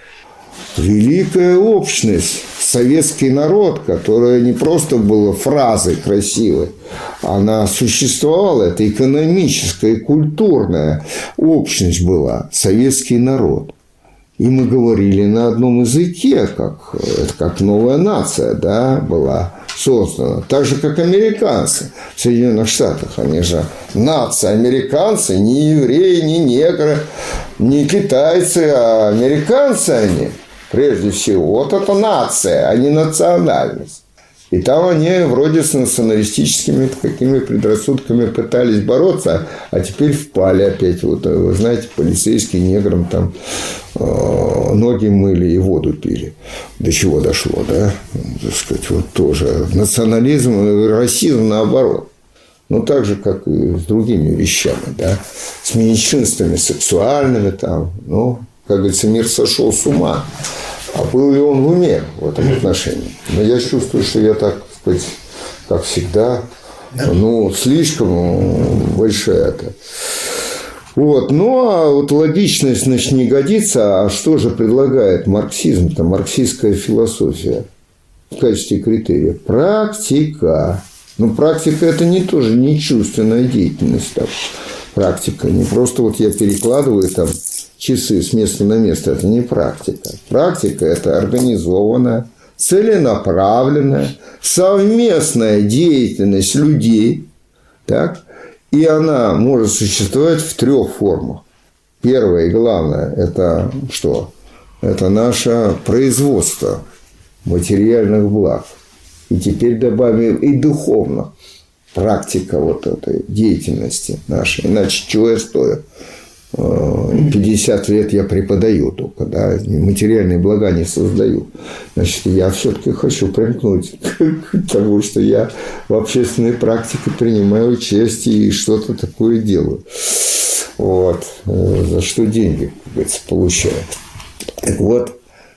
великая общность, советский народ, которая не просто была фразой красивой, она существовала, это экономическая и культурная общность была, советский народ. И мы говорили на одном языке, как новая нация, да, была создана. Так же, как американцы в Соединенных Штатах. Они же нация, американцы, не евреи, не негры, не китайцы, а американцы они. Прежде всего, вот это нация, а не национальность. И там они вроде с националистическими такими предрассудками пытались бороться, а теперь впали опять. Вот, вы знаете, полицейские неграм там ноги мыли и воду пили. До чего дошло, да? Так сказать, вот тоже. Национализм и расизм наоборот. Ну, так же, как и с другими вещами, да? С меньшинствами сексуальными там. Ну, как говорится, мир сошел с ума. А был ли он в уме в этом отношении? Но я чувствую, что я, так сказать, как всегда, ну, слишком большая это. Вот. Ну, а вот логичность, значит, не годится. А что же предлагает марксизм-то, марксистская философия в качестве критерия? Практика. Ну, практика – это не тоже не чувственная деятельность. Так. Практика. Не просто вот я перекладываю там часы с места на место. Это не практика. Практика – это организованная, целенаправленная, совместная деятельность людей. Так? И она может существовать в трех формах. Первое и главное – это что? Это наше производство материальных благ. И теперь добавим и духовных. Практика вот этой деятельности нашей. Иначе чего я стою? 50 лет я преподаю только, да, материальные блага не создаю. Значит, я все-таки хочу примкнуть к тому, что я в общественной практике принимаю участие и что-то такое делаю. Вот. За что деньги, как говорится, получаю. Так вот,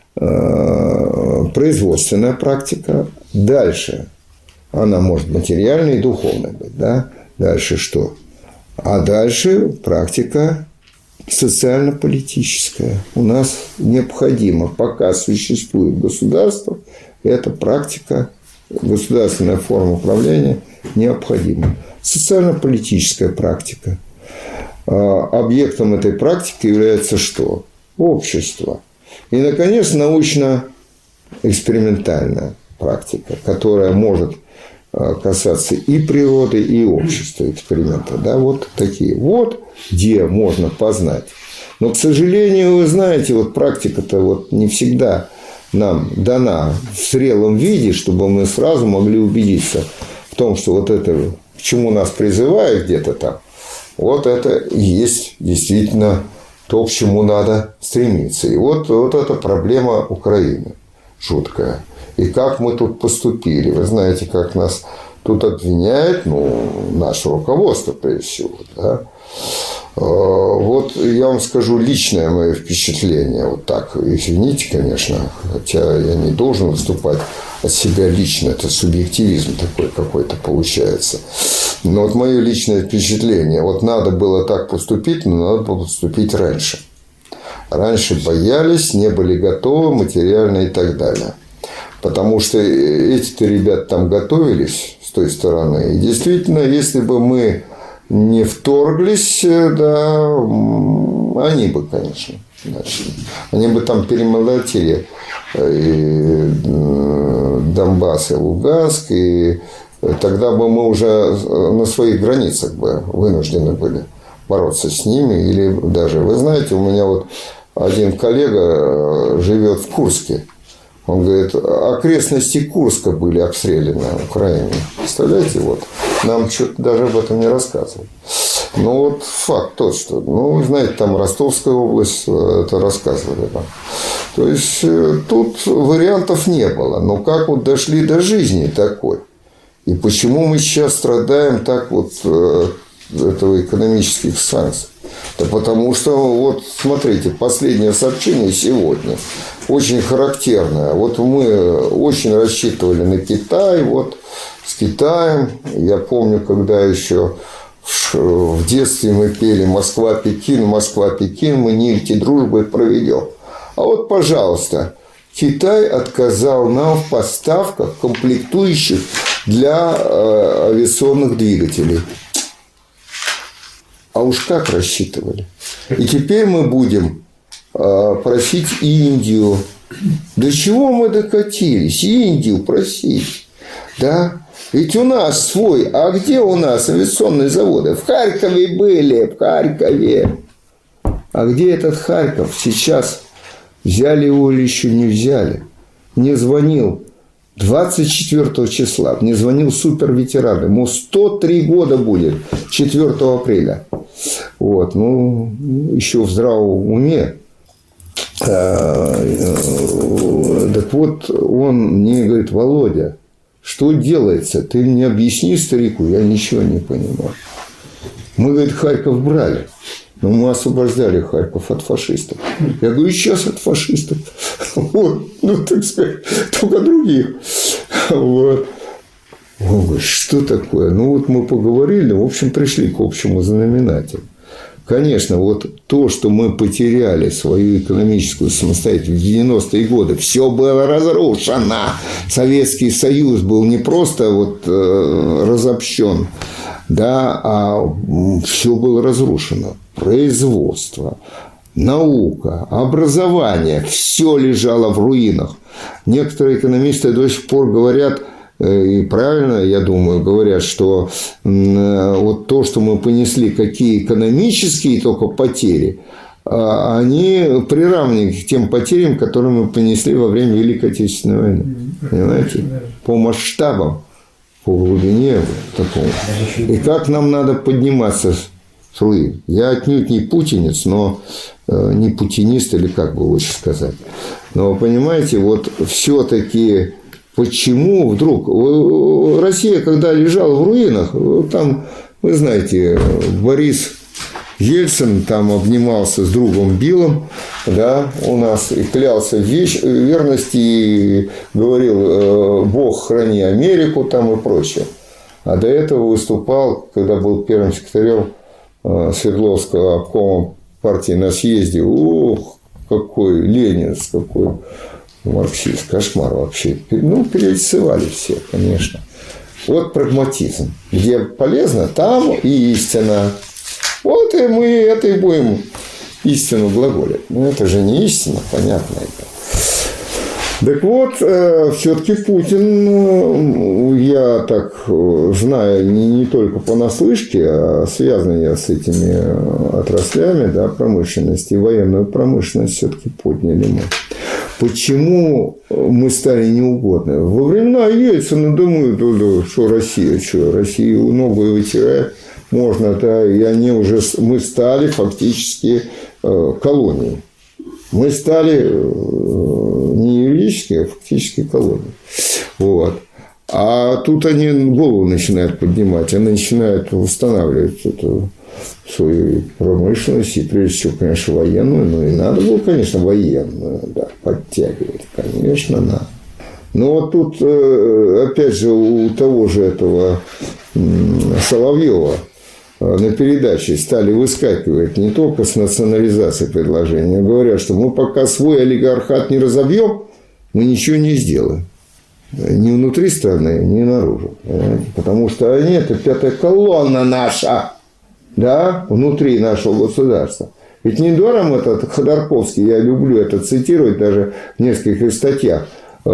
производственная практика. Дальше. Она может материальной и духовной быть, да? Дальше что? А дальше практика социально-политическая. У нас необходимо, пока существует государство, эта практика, государственная форма управления необходима. Социально-политическая практика. Объектом этой практики является что? Общество. И, наконец, научно-экспериментальная практика, которая может касаться и природы, и общества эксперимента. Да, вот такие. Вот где можно познать. Но, к сожалению, вы знаете, вот практика-то вот не всегда нам дана в зрелом виде, чтобы мы сразу могли убедиться в том, что вот это, к чему нас призывают где-то там, вот это и есть действительно то, к чему надо стремиться. И вот эта проблема Украины жуткая. И как мы тут поступили. Вы знаете, как нас тут обвиняют, наше руководство, прежде всего. Да? Вот я вам скажу личное мое впечатление. Вот так, извините, конечно, хотя я не должен выступать от себя лично. Это субъективизм такой какой-то получается. Но вот мое личное впечатление. Вот надо было так поступить, но надо было поступить раньше. Раньше боялись, не были готовы материально и так далее. Потому что эти-то ребята там готовились с той стороны. И действительно, если бы мы не вторглись, да, они бы, конечно, начали. Они бы там перемолотили и Донбасс, и Луганск, и тогда бы мы уже на своих границах бы вынуждены были бороться с ними. Или даже, вы знаете, у меня вот один коллега живет в Курске. Он говорит, окрестности Курска были обстреляны Украиной. Представляете, вот. Нам что-то даже об этом не рассказывали. Но вот факт тот, что, знаете, там Ростовская область, это рассказывали нам. То есть, тут вариантов не было. Но как вот дошли до жизни такой? И почему мы сейчас страдаем так вот этого экономических санкций? Да потому что, вот смотрите, последнее сообщение сегодня очень характерное. Вот мы очень рассчитывали на Китай, вот с Китаем. Я помню, когда еще в детстве мы пели «Москва-Пекин, Москва-Пекин, мы нити дружбы проведем». А вот, пожалуйста, Китай отказал нам в поставках комплектующих для авиационных двигателей. А уж как рассчитывали. И теперь мы будем просить Индию. До чего мы докатились? Индию просить. Да? Ведь у нас свой. А где у нас авиационные заводы? В Харькове были. В Харькове. А где этот Харьков сейчас? Взяли его или еще не взяли? Мне звонил 24 числа. Мне звонил суперветеран. Ему 103 года будет. 4 апреля. Вот, еще в здравом уме. Так вот, он мне говорит, Володя, что делается? Ты мне объясни старику, я ничего не понимаю. Мы, говорит, Харьков брали. Но мы освобождали Харьков от фашистов. Я говорю, сейчас от фашистов. Вот, так сказать, только других. Вот. Он говорит, что такое? Вот мы поговорили, в общем, пришли к общему знаменателю. Конечно, вот то, что мы потеряли свою экономическую самостоятельность в 90-е годы, все было разрушено. Советский Союз был не просто вот разобщен, да, а все было разрушено. Производство, наука, образование, все лежало в руинах. Некоторые экономисты до сих пор говорят, и правильно, я думаю, говорят, что вот то, что мы понесли, какие экономические только потери, они приравнены к тем потерям, которые мы понесли во время Великой Отечественной войны. Понимаете? По масштабам, по глубине такому. И как нам надо подниматься с руин. Я отнюдь не путинец, но не путинист, или как бы лучше сказать. Но, понимаете, вот все-таки почему вдруг... Россия, когда лежала в руинах, там, вы знаете, Борис Ельцин там обнимался с другом Биллом, да, у нас, и клялся в верности, и говорил: Бог храни Америку там и прочее. А до этого выступал, когда был первым секретарем Свердловского обкома партии на съезде. Ох, какой ленинец, какой марксист, кошмар вообще. Ну, перелицевали все, конечно. Вот прагматизм. Где полезно, там и истина. Вот и мы это и будем истину глаголить. Но это же не истина, понятно это. Так вот, все-таки Путин, я так знаю, не только понаслышке, а связан я с этими отраслями, да, промышленности, военную промышленность все-таки подняли мы. Почему мы стали неугодны? Во времена Ельцина думают, что Россию ногу вытирает можно, да, и мы стали фактически колонией. Мы стали не юридически, а фактически колонией. Вот. А тут они голову начинают поднимать, они начинают восстанавливать эту свою промышленность, и прежде всего, конечно, военную. Ну, и надо было, конечно, военную, да, подтягивать. Конечно, надо. Но вот тут, опять же, у того же этого Соловьева на передаче стали выскакивать не только с национализацией предложения, а говорят, что мы пока свой олигархат не разобьем, мы ничего не сделаем. Ни внутри страны, ни наружу. Понимаете? Потому что они – это пятая колонна наша, да, внутри нашего государства. Ведь недаром этот Ходорковский, я люблю это цитировать даже в нескольких статьях,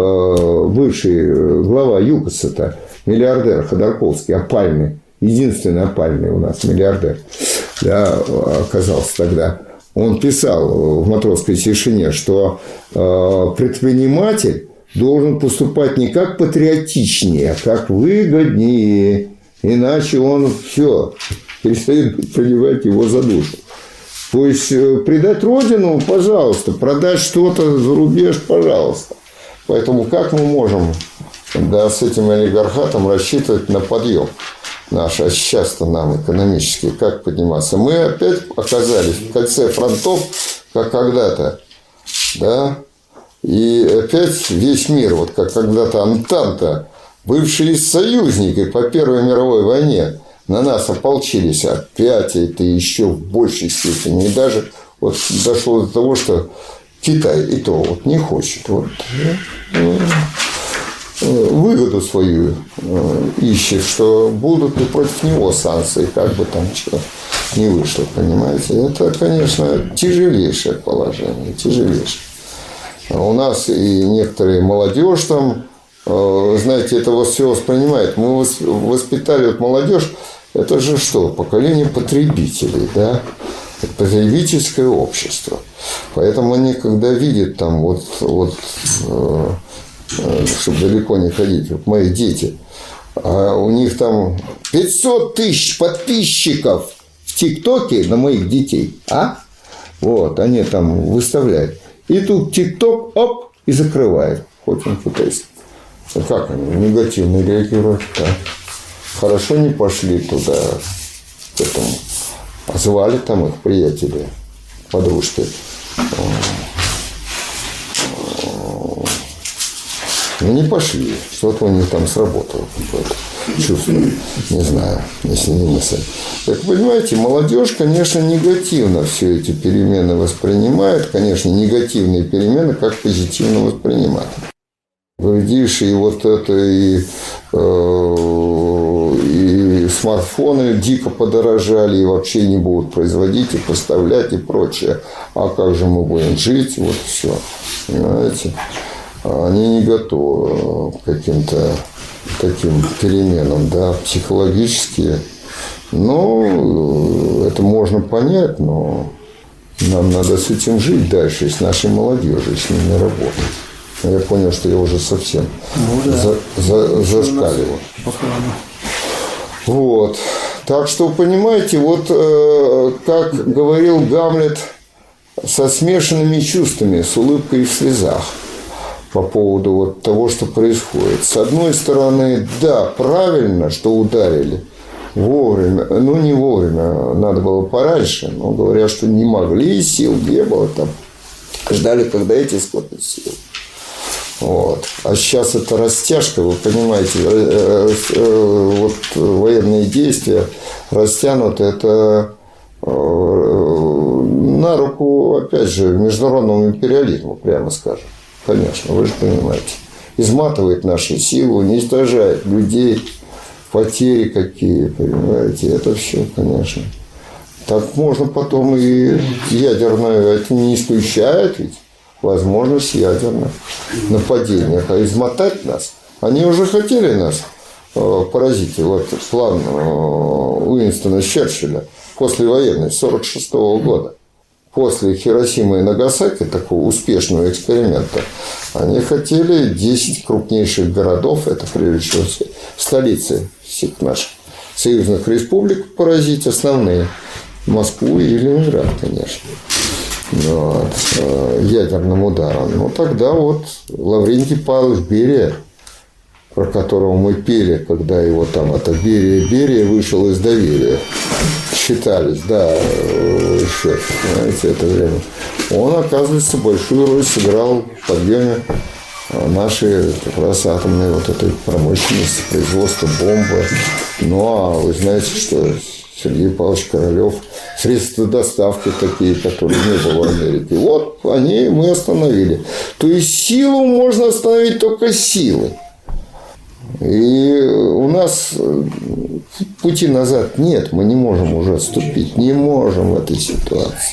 бывший глава ЮКОСа-то, миллиардер Ходорковский, опальный, единственный опальный у нас миллиардер, да, оказался тогда. Он писал в «Матросской тишине», что предприниматель должен поступать не как патриотичнее, а как выгоднее. Иначе он все перестает принимать его за душу. То есть предать родину, пожалуйста, продать что-то за рубеж, пожалуйста. Поэтому как мы можем, да, с этим олигархатом рассчитывать на подъем наш, часто нам экономически, как подниматься? Мы опять оказались в кольце фронтов, как когда-то, да, и опять весь мир, вот как когда-то Антанта, бывшие союзники по Первой мировой войне, на нас ополчились опять, это еще в большей степени. И даже вот дошло до того, что Китай и то вот не хочет. Вот, выгоду свою ищет, что будут ли против него санкции, как бы там что не вышло, понимаете. Это, конечно, тяжелейшее положение, тяжелейшее. У нас и некоторые молодежь там, знаете, это вот все воспринимает. Мы воспитали вот молодежь, это же что? Поколение потребителей, да? Потребительское общество. Поэтому они, когда видят там, чтобы далеко не ходить, вот мои дети, а у них там 500 тысяч подписчиков в ТикТоке на моих детей, а? Вот, они там выставляют. И тут ТикТок, оп, и закрывает. Хоть он пытается. Как они негативно реагируют? Да. Хорошо не пошли туда, к этому. Позвали там их приятели, подружки. Ну, не пошли. Что-то у них там сработало. Какое-то чувство. Не знаю, если не мысль. Так, понимаете, молодежь, конечно, негативно все эти перемены воспринимает. Конечно, негативные перемены как позитивно воспринимает. Глядишь, и вот это, и смартфоны дико подорожали, и вообще не будут производить, и поставлять, и прочее. А как же мы будем жить? Вот все. Понимаете? Они не готовы к каким-то таким переменам, да, психологически. Ну, это можно понять, но Нам надо с этим жить дальше, и с нашей молодежью, с ними работать. Я понял, что я уже совсем зашкаливаю. Вот. Так что, понимаете, вот как говорил Гамлет, со смешанными чувствами, с улыбкой в слезах по поводу вот того, что происходит. С одной стороны, да, правильно, что ударили вовремя. Ну, не вовремя, надо было пораньше, но говорят, что не могли, сил не было там. Ждали, когда эти скопят сил. Вот. А сейчас это растяжка, вы понимаете, вот военные действия растянуты, это на руку, опять же, международному империализму, прямо скажем. Конечно, вы же понимаете. Изматывает наши силы, уничтожает людей, потери какие, понимаете, это все, конечно. Так можно потом и ядерное, это не исключает ведь возможность ядерного нападения. А измотать нас, они уже хотели нас поразить. Вот план Уинстона Черчилля послевоенный, 1946 года. После Хиросимы и Нагасаки, такого успешного эксперимента, они хотели 10 крупнейших городов, это прежде всего столицы всех наших союзных республик, поразить, основные, Москву и Ленинград, конечно, вот, ядерным ударом. Ну, тогда вот Лаврентий Павлович Берия, про которого мы пели, когда его там это Берия вышел из доверия, считались, да, еще, знаете, это время. Он, оказывается, большую роль сыграл в подъеме нашей как раз атомной вот этой промышленности, производства бомбы. Ну, а вы знаете, что Сергей Павлович Королёв, средства доставки такие, которые не было в Америке. Вот они мы остановили. То есть силу можно остановить только силой. И у нас пути назад нет, мы не можем уже отступить, не можем в этой ситуации.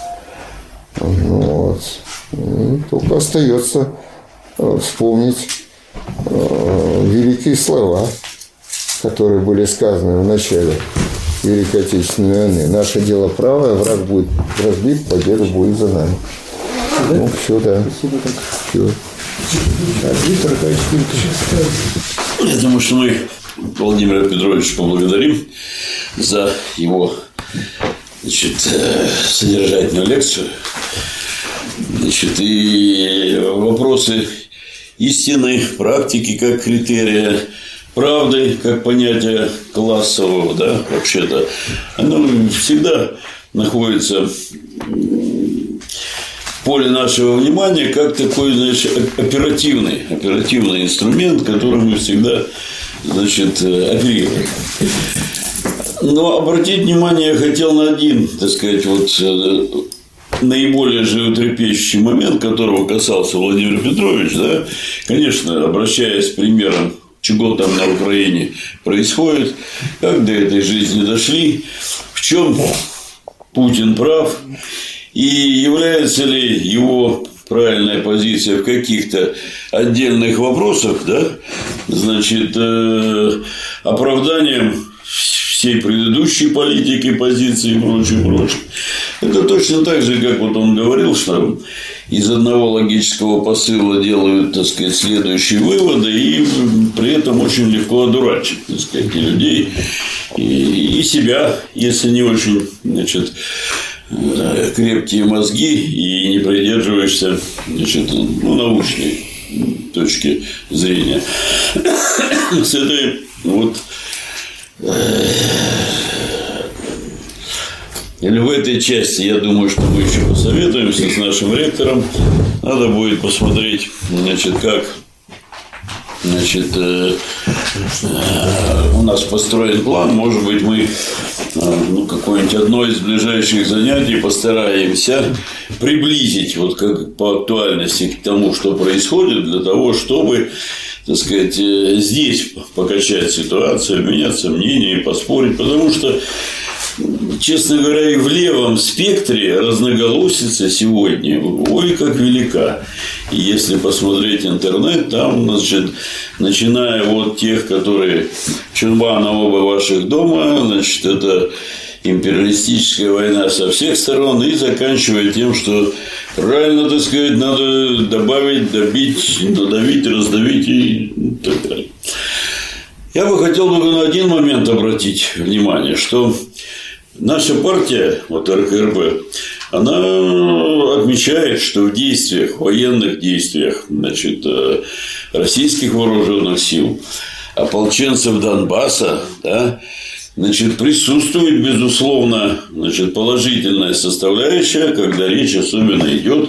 Вот. И только остается вспомнить великие слова, которые были сказаны в начале Великой Отечественной войны. Наше дело правое, враг будет разбит, победа будет за нами. Да? Ну, все, да. Спасибо. Все. Я думаю, что мы Владимира Петровича поблагодарим за его, значит, содержательную лекцию. Значит, и вопросы истины, практики как критерия, правды как понятия классового, да, вообще-то, оно всегда находится в поле нашего внимания как такой, значит, оперативный инструмент, которым мы всегда, значит, оперируем. Но обратить внимание я хотел на один, так сказать, вот наиболее животрепещущий момент, которого касался Владимир Петрович, да, конечно, обращаясь к примерам, чего там на Украине происходит, как до этой жизни дошли, в чем Путин прав, и является ли его правильная позиция в каких-то отдельных вопросах, да, значит, оправданием всей предыдущей политики, позиции и прочее. Это точно так же, как вот он говорил, что из одного логического посыла делают, так сказать, следующие выводы, и при этом очень легко одурачить, так сказать, и людей, и себя, если не очень, значит, крепкие мозги и не придерживаешься, значит, ну, научной точки зрения. С этой вот или в этой части, я думаю, что мы еще посоветуемся с нашим ректором. Надо будет посмотреть, значит, как, значит, у нас построен план. Может быть, мы какое-нибудь одно из ближайших занятий постараемся приблизить вот как по актуальности к тому, что происходит, для того, чтобы, так сказать, здесь покачать ситуацию, меняться мнение, поспорить, потому что, честно говоря, и в левом спектре разноголосица сегодня, ой, как велика. И если посмотреть интернет, там, значит, начиная от тех, которые Чурбанова оба ваших дома, значит, это империалистическая война со всех сторон, и заканчивая тем, что правильно, так сказать, надо добавить, добить, надавить, раздавить и так далее. Я бы хотел только на один момент обратить внимание, что наша партия, вот РКРБ, она отмечает, что в действиях, военных действиях, значит, российских вооруженных сил, ополченцев Донбасса, да, значит, присутствует, безусловно, значит, положительная составляющая, когда речь особенно идет,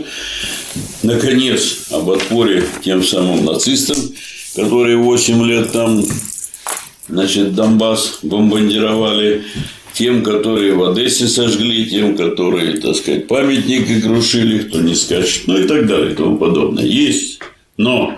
наконец, об отпоре тем самым нацистам, которые 8 лет там, значит, Донбасс бомбардировали, тем, которые в Одессе сожгли, тем, которые, так сказать, памятники крушили, кто не скачет, ну и так далее и тому подобное. Есть, но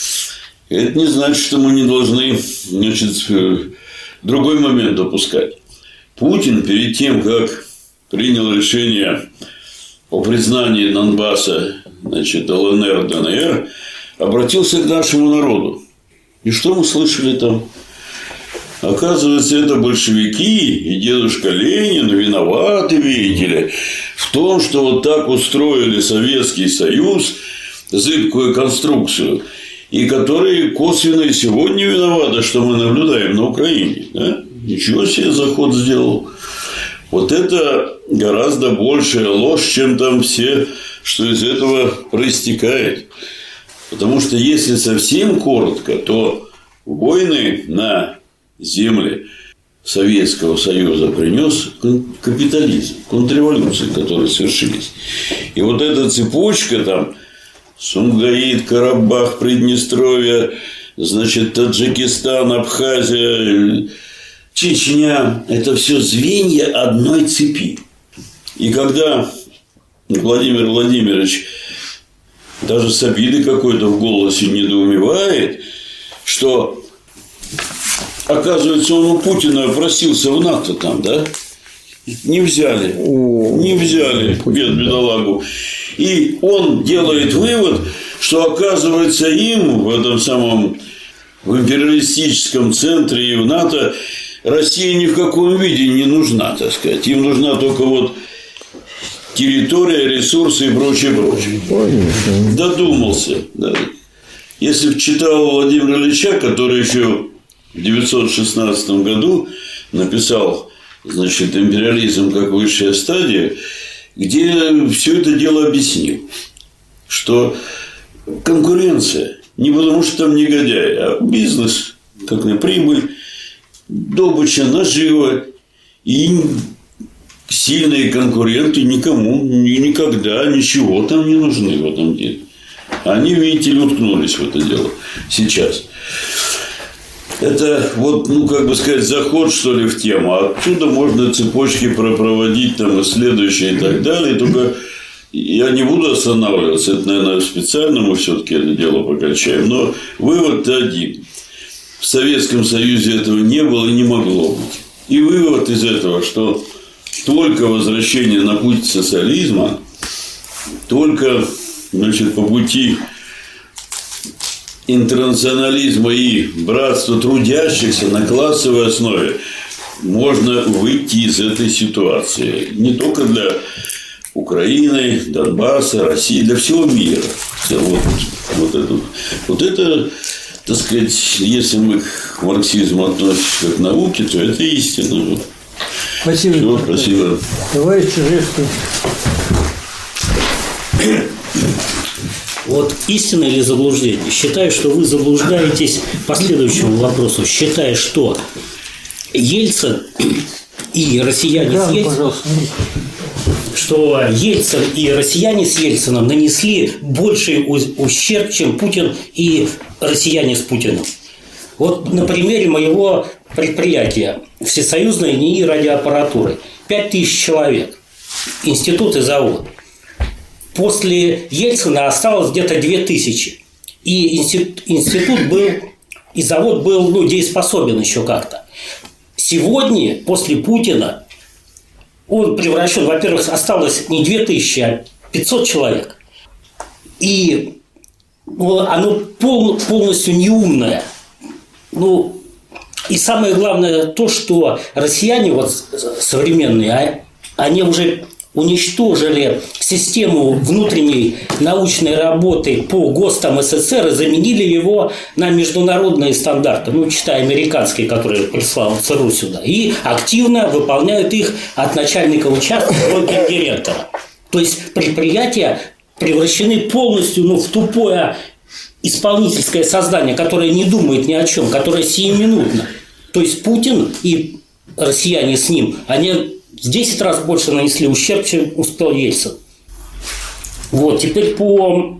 это не значит, что мы не должны, значит, другой момент допускать. Путин перед тем, как принял решение о признании Донбасса, значит, ЛНР, ДНР, обратился к нашему народу. И что мы слышали там? Оказывается, это большевики и дедушка Ленин виноваты, видите ли, в том, что вот так устроили Советский Союз, зыбкую конструкцию, и которые косвенно и сегодня виноваты, что мы наблюдаем на Украине. Да? Ничего себе заход сделал. Вот это гораздо большая ложь, чем там все, что из этого проистекает. Потому что если совсем коротко, то войны на земли Советского Союза принес капитализм, контрреволюции, которые совершились. И вот эта цепочка там Сумгаит, Карабах, Приднестровье, значит, Таджикистан, Абхазия, Чечня – это все звенья одной цепи. И когда Владимир Владимирович даже с обидой какой-то в голосе недоумевает, что оказывается, он у Путина просился в НАТО там, да? Не взяли. Не взяли, бедолагу. И он делает вывод, что, оказывается, им в этом самом в империалистическом центре и в НАТО Россия ни в каком виде не нужна, так сказать. Им нужна только вот территория, ресурсы и прочее, прочее. Додумался. Да. Если бы читал Владимира Ильича, который еще в 1916 году написал, значит, «Империализм как высшая стадия», где все это дело объяснил, что конкуренция не потому, что там негодяи, а бизнес, как на прибыль, добыча, нажива, и сильные конкуренты никому никогда ничего там не нужны в этом деле. Они, видите ли, уткнулись в это дело сейчас. Это вот, ну, как бы сказать, заход, что ли, в тему. Оттуда можно цепочки проводить, там, и следующие, и так далее. Только я не буду останавливаться. Это, наверное, специально мы все-таки это дело покачаем. Но вывод-то один. В Советском Союзе этого не было и не могло быть. И вывод из этого, что только возвращение на путь социализма, только, значит, по пути интернационализма и братства трудящихся на классовой основе можно выйти из этой ситуации. Не только для Украины, Донбасса, России, для всего мира. Вот это, так сказать, если мы к марксизму относимся как к науке, то это истина. Спасибо. Все, спасибо. Товарищ Чижевский. Вот истина или заблуждение? Считаю, что вы заблуждаетесь по следующему вопросу. Считаю, что Ельцин и россияне с Ельцином, что Ельцин и россияне с Ельцином нанесли больший ущерб, чем Путин и россияне с Путиным. Вот на примере моего предприятия Всесоюзной НИИ радиоаппаратуры. 5000 человек. Институт и завод. После Ельцина осталось где-то 2000. И институт был, и завод был дееспособен еще как-то. Сегодня, после Путина, он превращен, во-первых, осталось не 2000, а 500 человек. И оно полностью неумное. И самое главное то, что россияне вот современные, они уже уничтожили систему внутренней научной работы по ГОСТам СССР и заменили его на международные стандарты, читай американские, которые прислал ЦРУ сюда, и активно выполняют их от начальника участка до гендиректора. То есть предприятия превращены полностью в тупое исполнительское создание, которое не думает ни о чем, которое сиюминутно. То есть Путин и россияне с ним, они в 10 раз больше нанесли ущерб, чем успел Ельцин. Вот, теперь по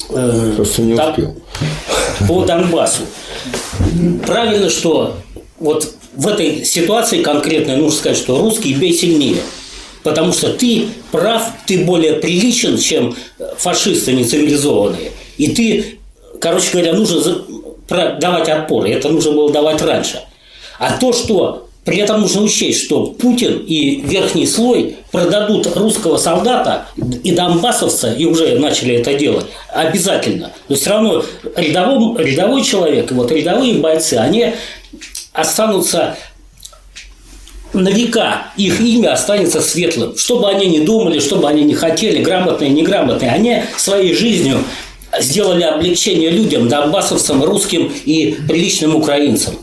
Донбассу. Правильно, что вот в этой ситуации конкретной нужно сказать, что русский бей сильнее. Потому что ты прав, ты более приличен, чем фашисты нецивилизованные. И ты, короче говоря, нужно давать отпор. И это нужно было давать раньше. А то, что при этом нужно учесть, что Путин и верхний слой продадут русского солдата и донбассовца, и уже начали это делать, обязательно. Но все равно рядовой человек, и вот рядовые бойцы, они останутся на века, их имя останется светлым. Что бы они ни думали, что бы они ни хотели, грамотные, неграмотные, они своей жизнью сделали облегчение людям, донбассовцам, русским и приличным украинцам.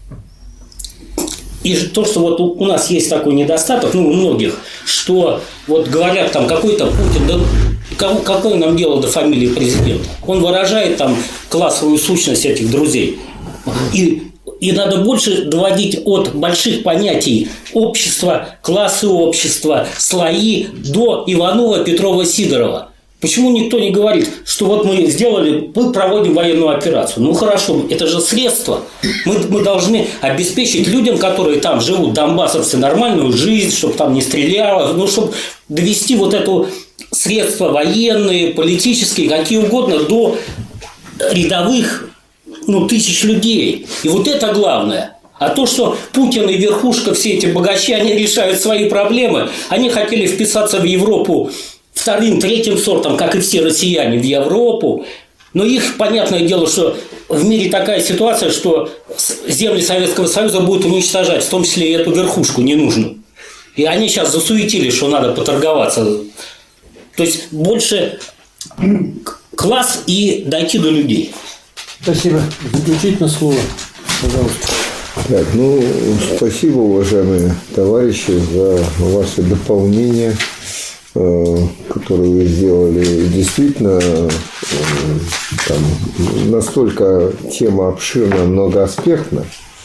И то, что вот у нас есть такой недостаток, у многих, что вот говорят там какой-то Путин, да какое нам дело до фамилии президента? Он выражает там классовую сущность этих друзей. И надо больше доводить от больших понятий общества, классы общества, слои до Иванова, Петрова, Сидорова. Почему никто не говорит, что вот мы проводим военную операцию? Хорошо, это же средство. Мы должны обеспечить людям, которые там живут, донбассовцы, нормальную жизнь, чтобы там не стреляло, чтобы довести вот это средства военные, политические, какие угодно, до рядовых тысяч людей. И вот это главное. А то, что Путин и верхушка, все эти богачи, они решают свои проблемы, они хотели вписаться в Европу вторым, третьим сортом, как и все россияне, в Европу. Но их, понятное дело, что в мире такая ситуация, что земли Советского Союза будут уничтожать, в том числе и эту верхушку ненужную. И они сейчас засуетились, что надо поторговаться. То есть больше класс и дойти до людей. Спасибо. Заключительное слово, пожалуйста. Так, спасибо, уважаемые товарищи, за ваши дополнения, которые вы сделали. Действительно, настолько тема обширна, многоаспектна,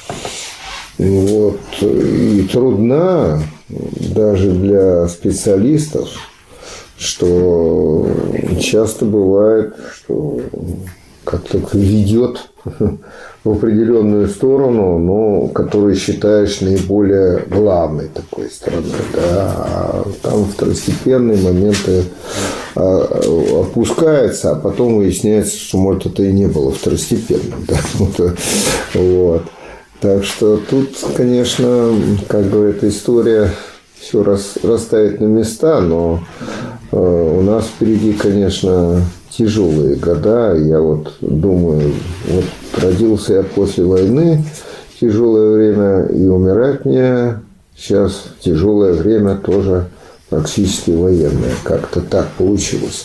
и трудна даже для специалистов, что часто бывает, что как-то ведет в определенную сторону, но которую считаешь наиболее главной такой стороной. Да? А там второстепенные моменты опускаются, а потом выясняется, что, может, это и не было второстепенным. Да? Вот. Так что тут, конечно, как говорит история, все расставит на места, но у нас впереди, конечно, тяжелые года. Я думаю, родился я после войны, тяжелое время, и умирать мне сейчас тяжелое время тоже практически военное. Как-то так получилось.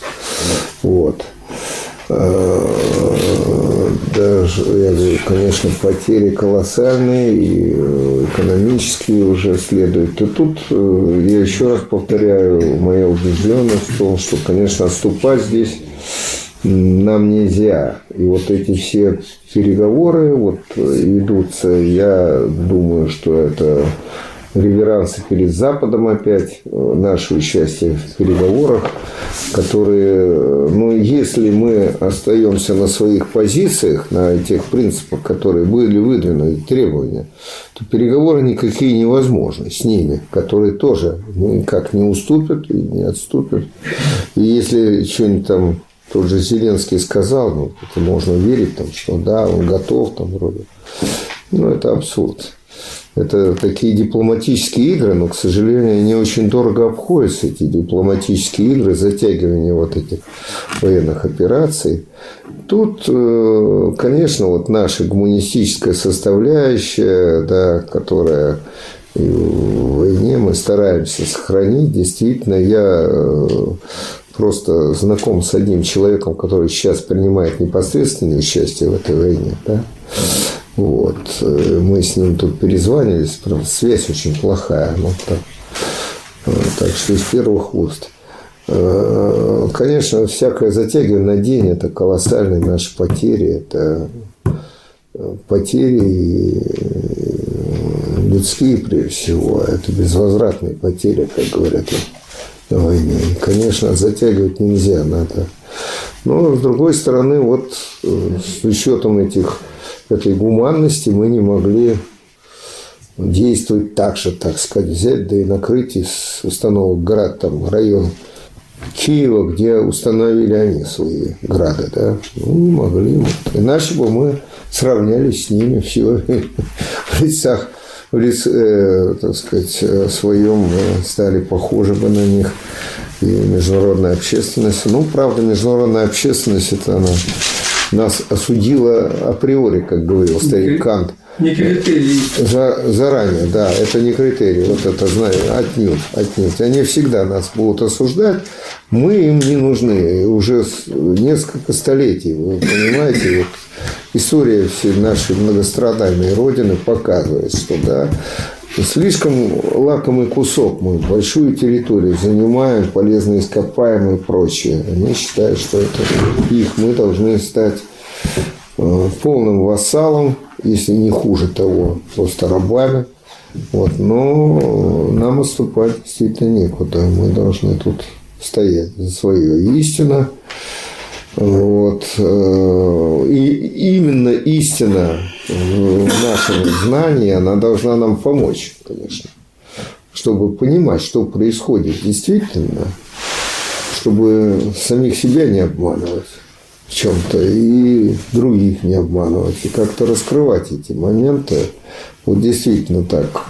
Даже, я говорю, конечно, потери колоссальные, и экономические уже следуют. И тут я еще раз повторяю моя убежденность в том, что, конечно, отступать здесь нам нельзя. И эти все переговоры ведутся. Я думаю, что это реверансы перед Западом опять, наше участие в переговорах, которые, если мы остаемся на своих позициях, на тех принципах, которые были выдвинуты, требования, то переговоры никакие невозможны с ними, которые тоже никак не уступят и не отступят. И если что-нибудь там тот же Зеленский сказал, это можно верить, что да, он готов, вроде. Это абсурд. Это такие дипломатические игры, но, к сожалению, они очень дорого обходятся, эти дипломатические игры, затягивание вот этих военных операций. Тут, конечно, вот наша гуманистическая составляющая, да, которая и в войне мы стараемся сохранить. Действительно, я просто знаком с одним человеком, который сейчас принимает непосредственное участие в этой войне. Да? Вот. Мы с ним тут перезванивались, правда, связь очень плохая. Ну, так что из первых уст. Конечно, всякое затягивание на день – это колоссальные наши потери. Это потери людские, прежде всего. Это безвозвратные потери, как говорят на войне. И, конечно, затягивать нельзя, надо. Но, с другой стороны, вот с учетом этой гуманности мы не могли действовать так же, так сказать, взять, да и накрыть из установок град, там, район Киева, где установили они свои грады, да, ну, не могли. Вот. Иначе бы мы сравнялись с ними все в лице, так сказать, своем, стали похожи бы на них. И международная общественность. Ну, правда, международная общественность, это она нас осудила априори, как говорил старик Кант. Не критерий. Заранее, да, это не критерий. Вот это, знаю, отнюдь. Они всегда нас будут осуждать. Мы им не нужны. Уже несколько столетий, вы понимаете, вот история всей нашей многострадальной Родины показывает, что, да, слишком лакомый кусок, мы большую территорию занимаем, полезные ископаемые и прочее. Они считают, что это их, мы должны стать полным вассалом, если не хуже того, просто рабами. Вот. Но нам отступать действительно некуда. Мы должны тут стоять за свое. Истина. Вот. И именно истина в нашем знании, она должна нам помочь, конечно, чтобы понимать, что происходит действительно, чтобы самих себя не обманывать в чем-то и других не обманывать, и как-то раскрывать эти моменты. Вот действительно так,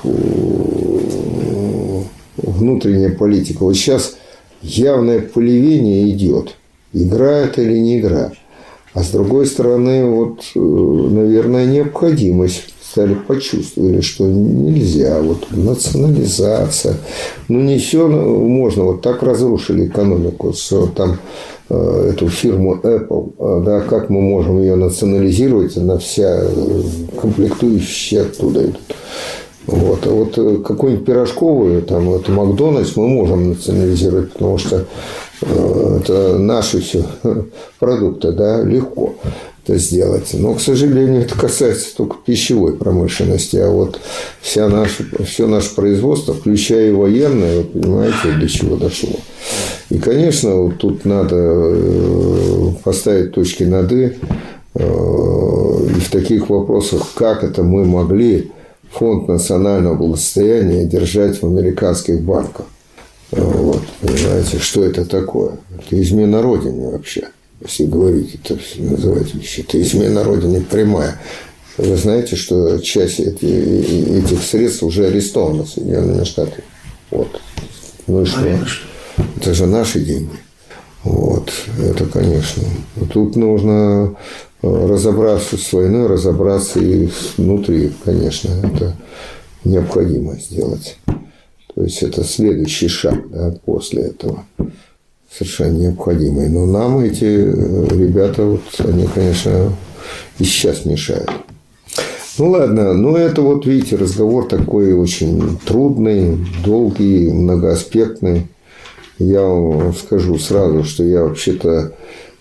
внутренняя политика. Вот сейчас явное поливение идет. Игра это или не игра. А с другой стороны, вот, наверное, необходимость стали почувствовали, что нельзя. Вот национализация. Ну, не все можно. Вот так разрушили экономику. Что там эту фирму Apple, да, как мы можем ее национализировать, она вся комплектующая оттуда идут. Вот. А вот какую-нибудь пирожковую, там, это Макдональдс мы можем национализировать, потому что это наши все продукты, да, легко это сделать. Но, к сожалению, это касается только пищевой промышленности. А вот все наше производство, включая и военное, вы понимаете, до чего дошло. И, конечно, вот тут надо поставить точки над «и». И в таких вопросах, как это мы могли фонд национального благосостояния держать в американских банках. Вот, понимаете, что это такое? Это измена Родине вообще. Если говорить, это называть вещи. Это измена Родине прямая. Вы знаете, что часть этих средств уже арестована Соединенными Штатами. Вот. Ну и что? Это же наши деньги. Вот. Это, конечно. Тут нужно разобраться с войной, разобраться и внутри, конечно. Это необходимо сделать. То есть, это следующий шаг, да, после этого. Совершенно необходимый. Но нам эти ребята, вот, они, конечно, и сейчас мешают. Ну, ладно. Но это, вот, видите, разговор такой очень трудный, долгий, многоаспектный. Я вам скажу сразу, что я вообще-то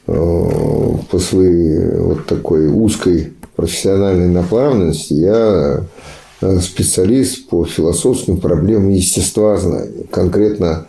по своей вот такой узкой профессиональной направленности я специалист по философским проблемам естествознания, конкретно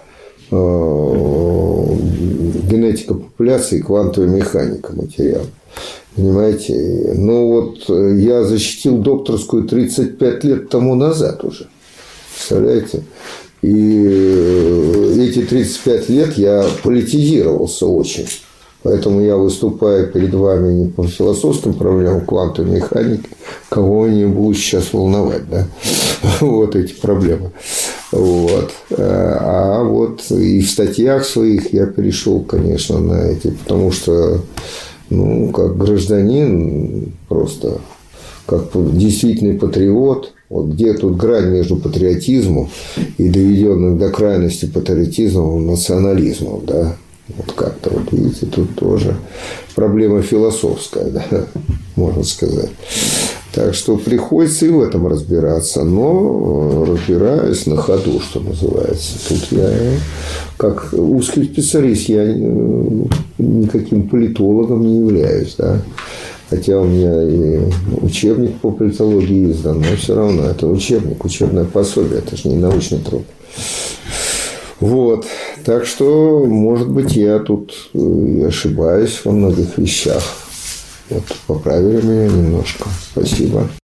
генетика популяции и квантовая механика материала. Понимаете? Ну вот я защитил докторскую 35 лет тому назад уже. Представляете? И эти 35 лет я политизировался очень. Поэтому я выступаю перед вами не по философским проблемам квантовой механики, кого не буду сейчас волновать, да, вот эти проблемы. Вот. А вот и в статьях своих я перешел, конечно, на эти, потому что, ну, как гражданин, просто как действительный патриот, вот где тут грань между патриотизмом и доведенным до крайности патриотизмом, национализмом, да, вот как-то, вот видите, тут тоже проблема философская, да, можно сказать. Так что приходится и в этом разбираться, но разбираюсь на ходу, что называется. Тут я, как узкий специалист, я никаким политологом не являюсь, да. Хотя у меня и учебник по политологии издан, но все равно это учебник, учебное пособие, это же не научный труд. Вот. Так что, может быть, я тут и ошибаюсь во многих вещах. Вот, поправили меня немножко. Спасибо.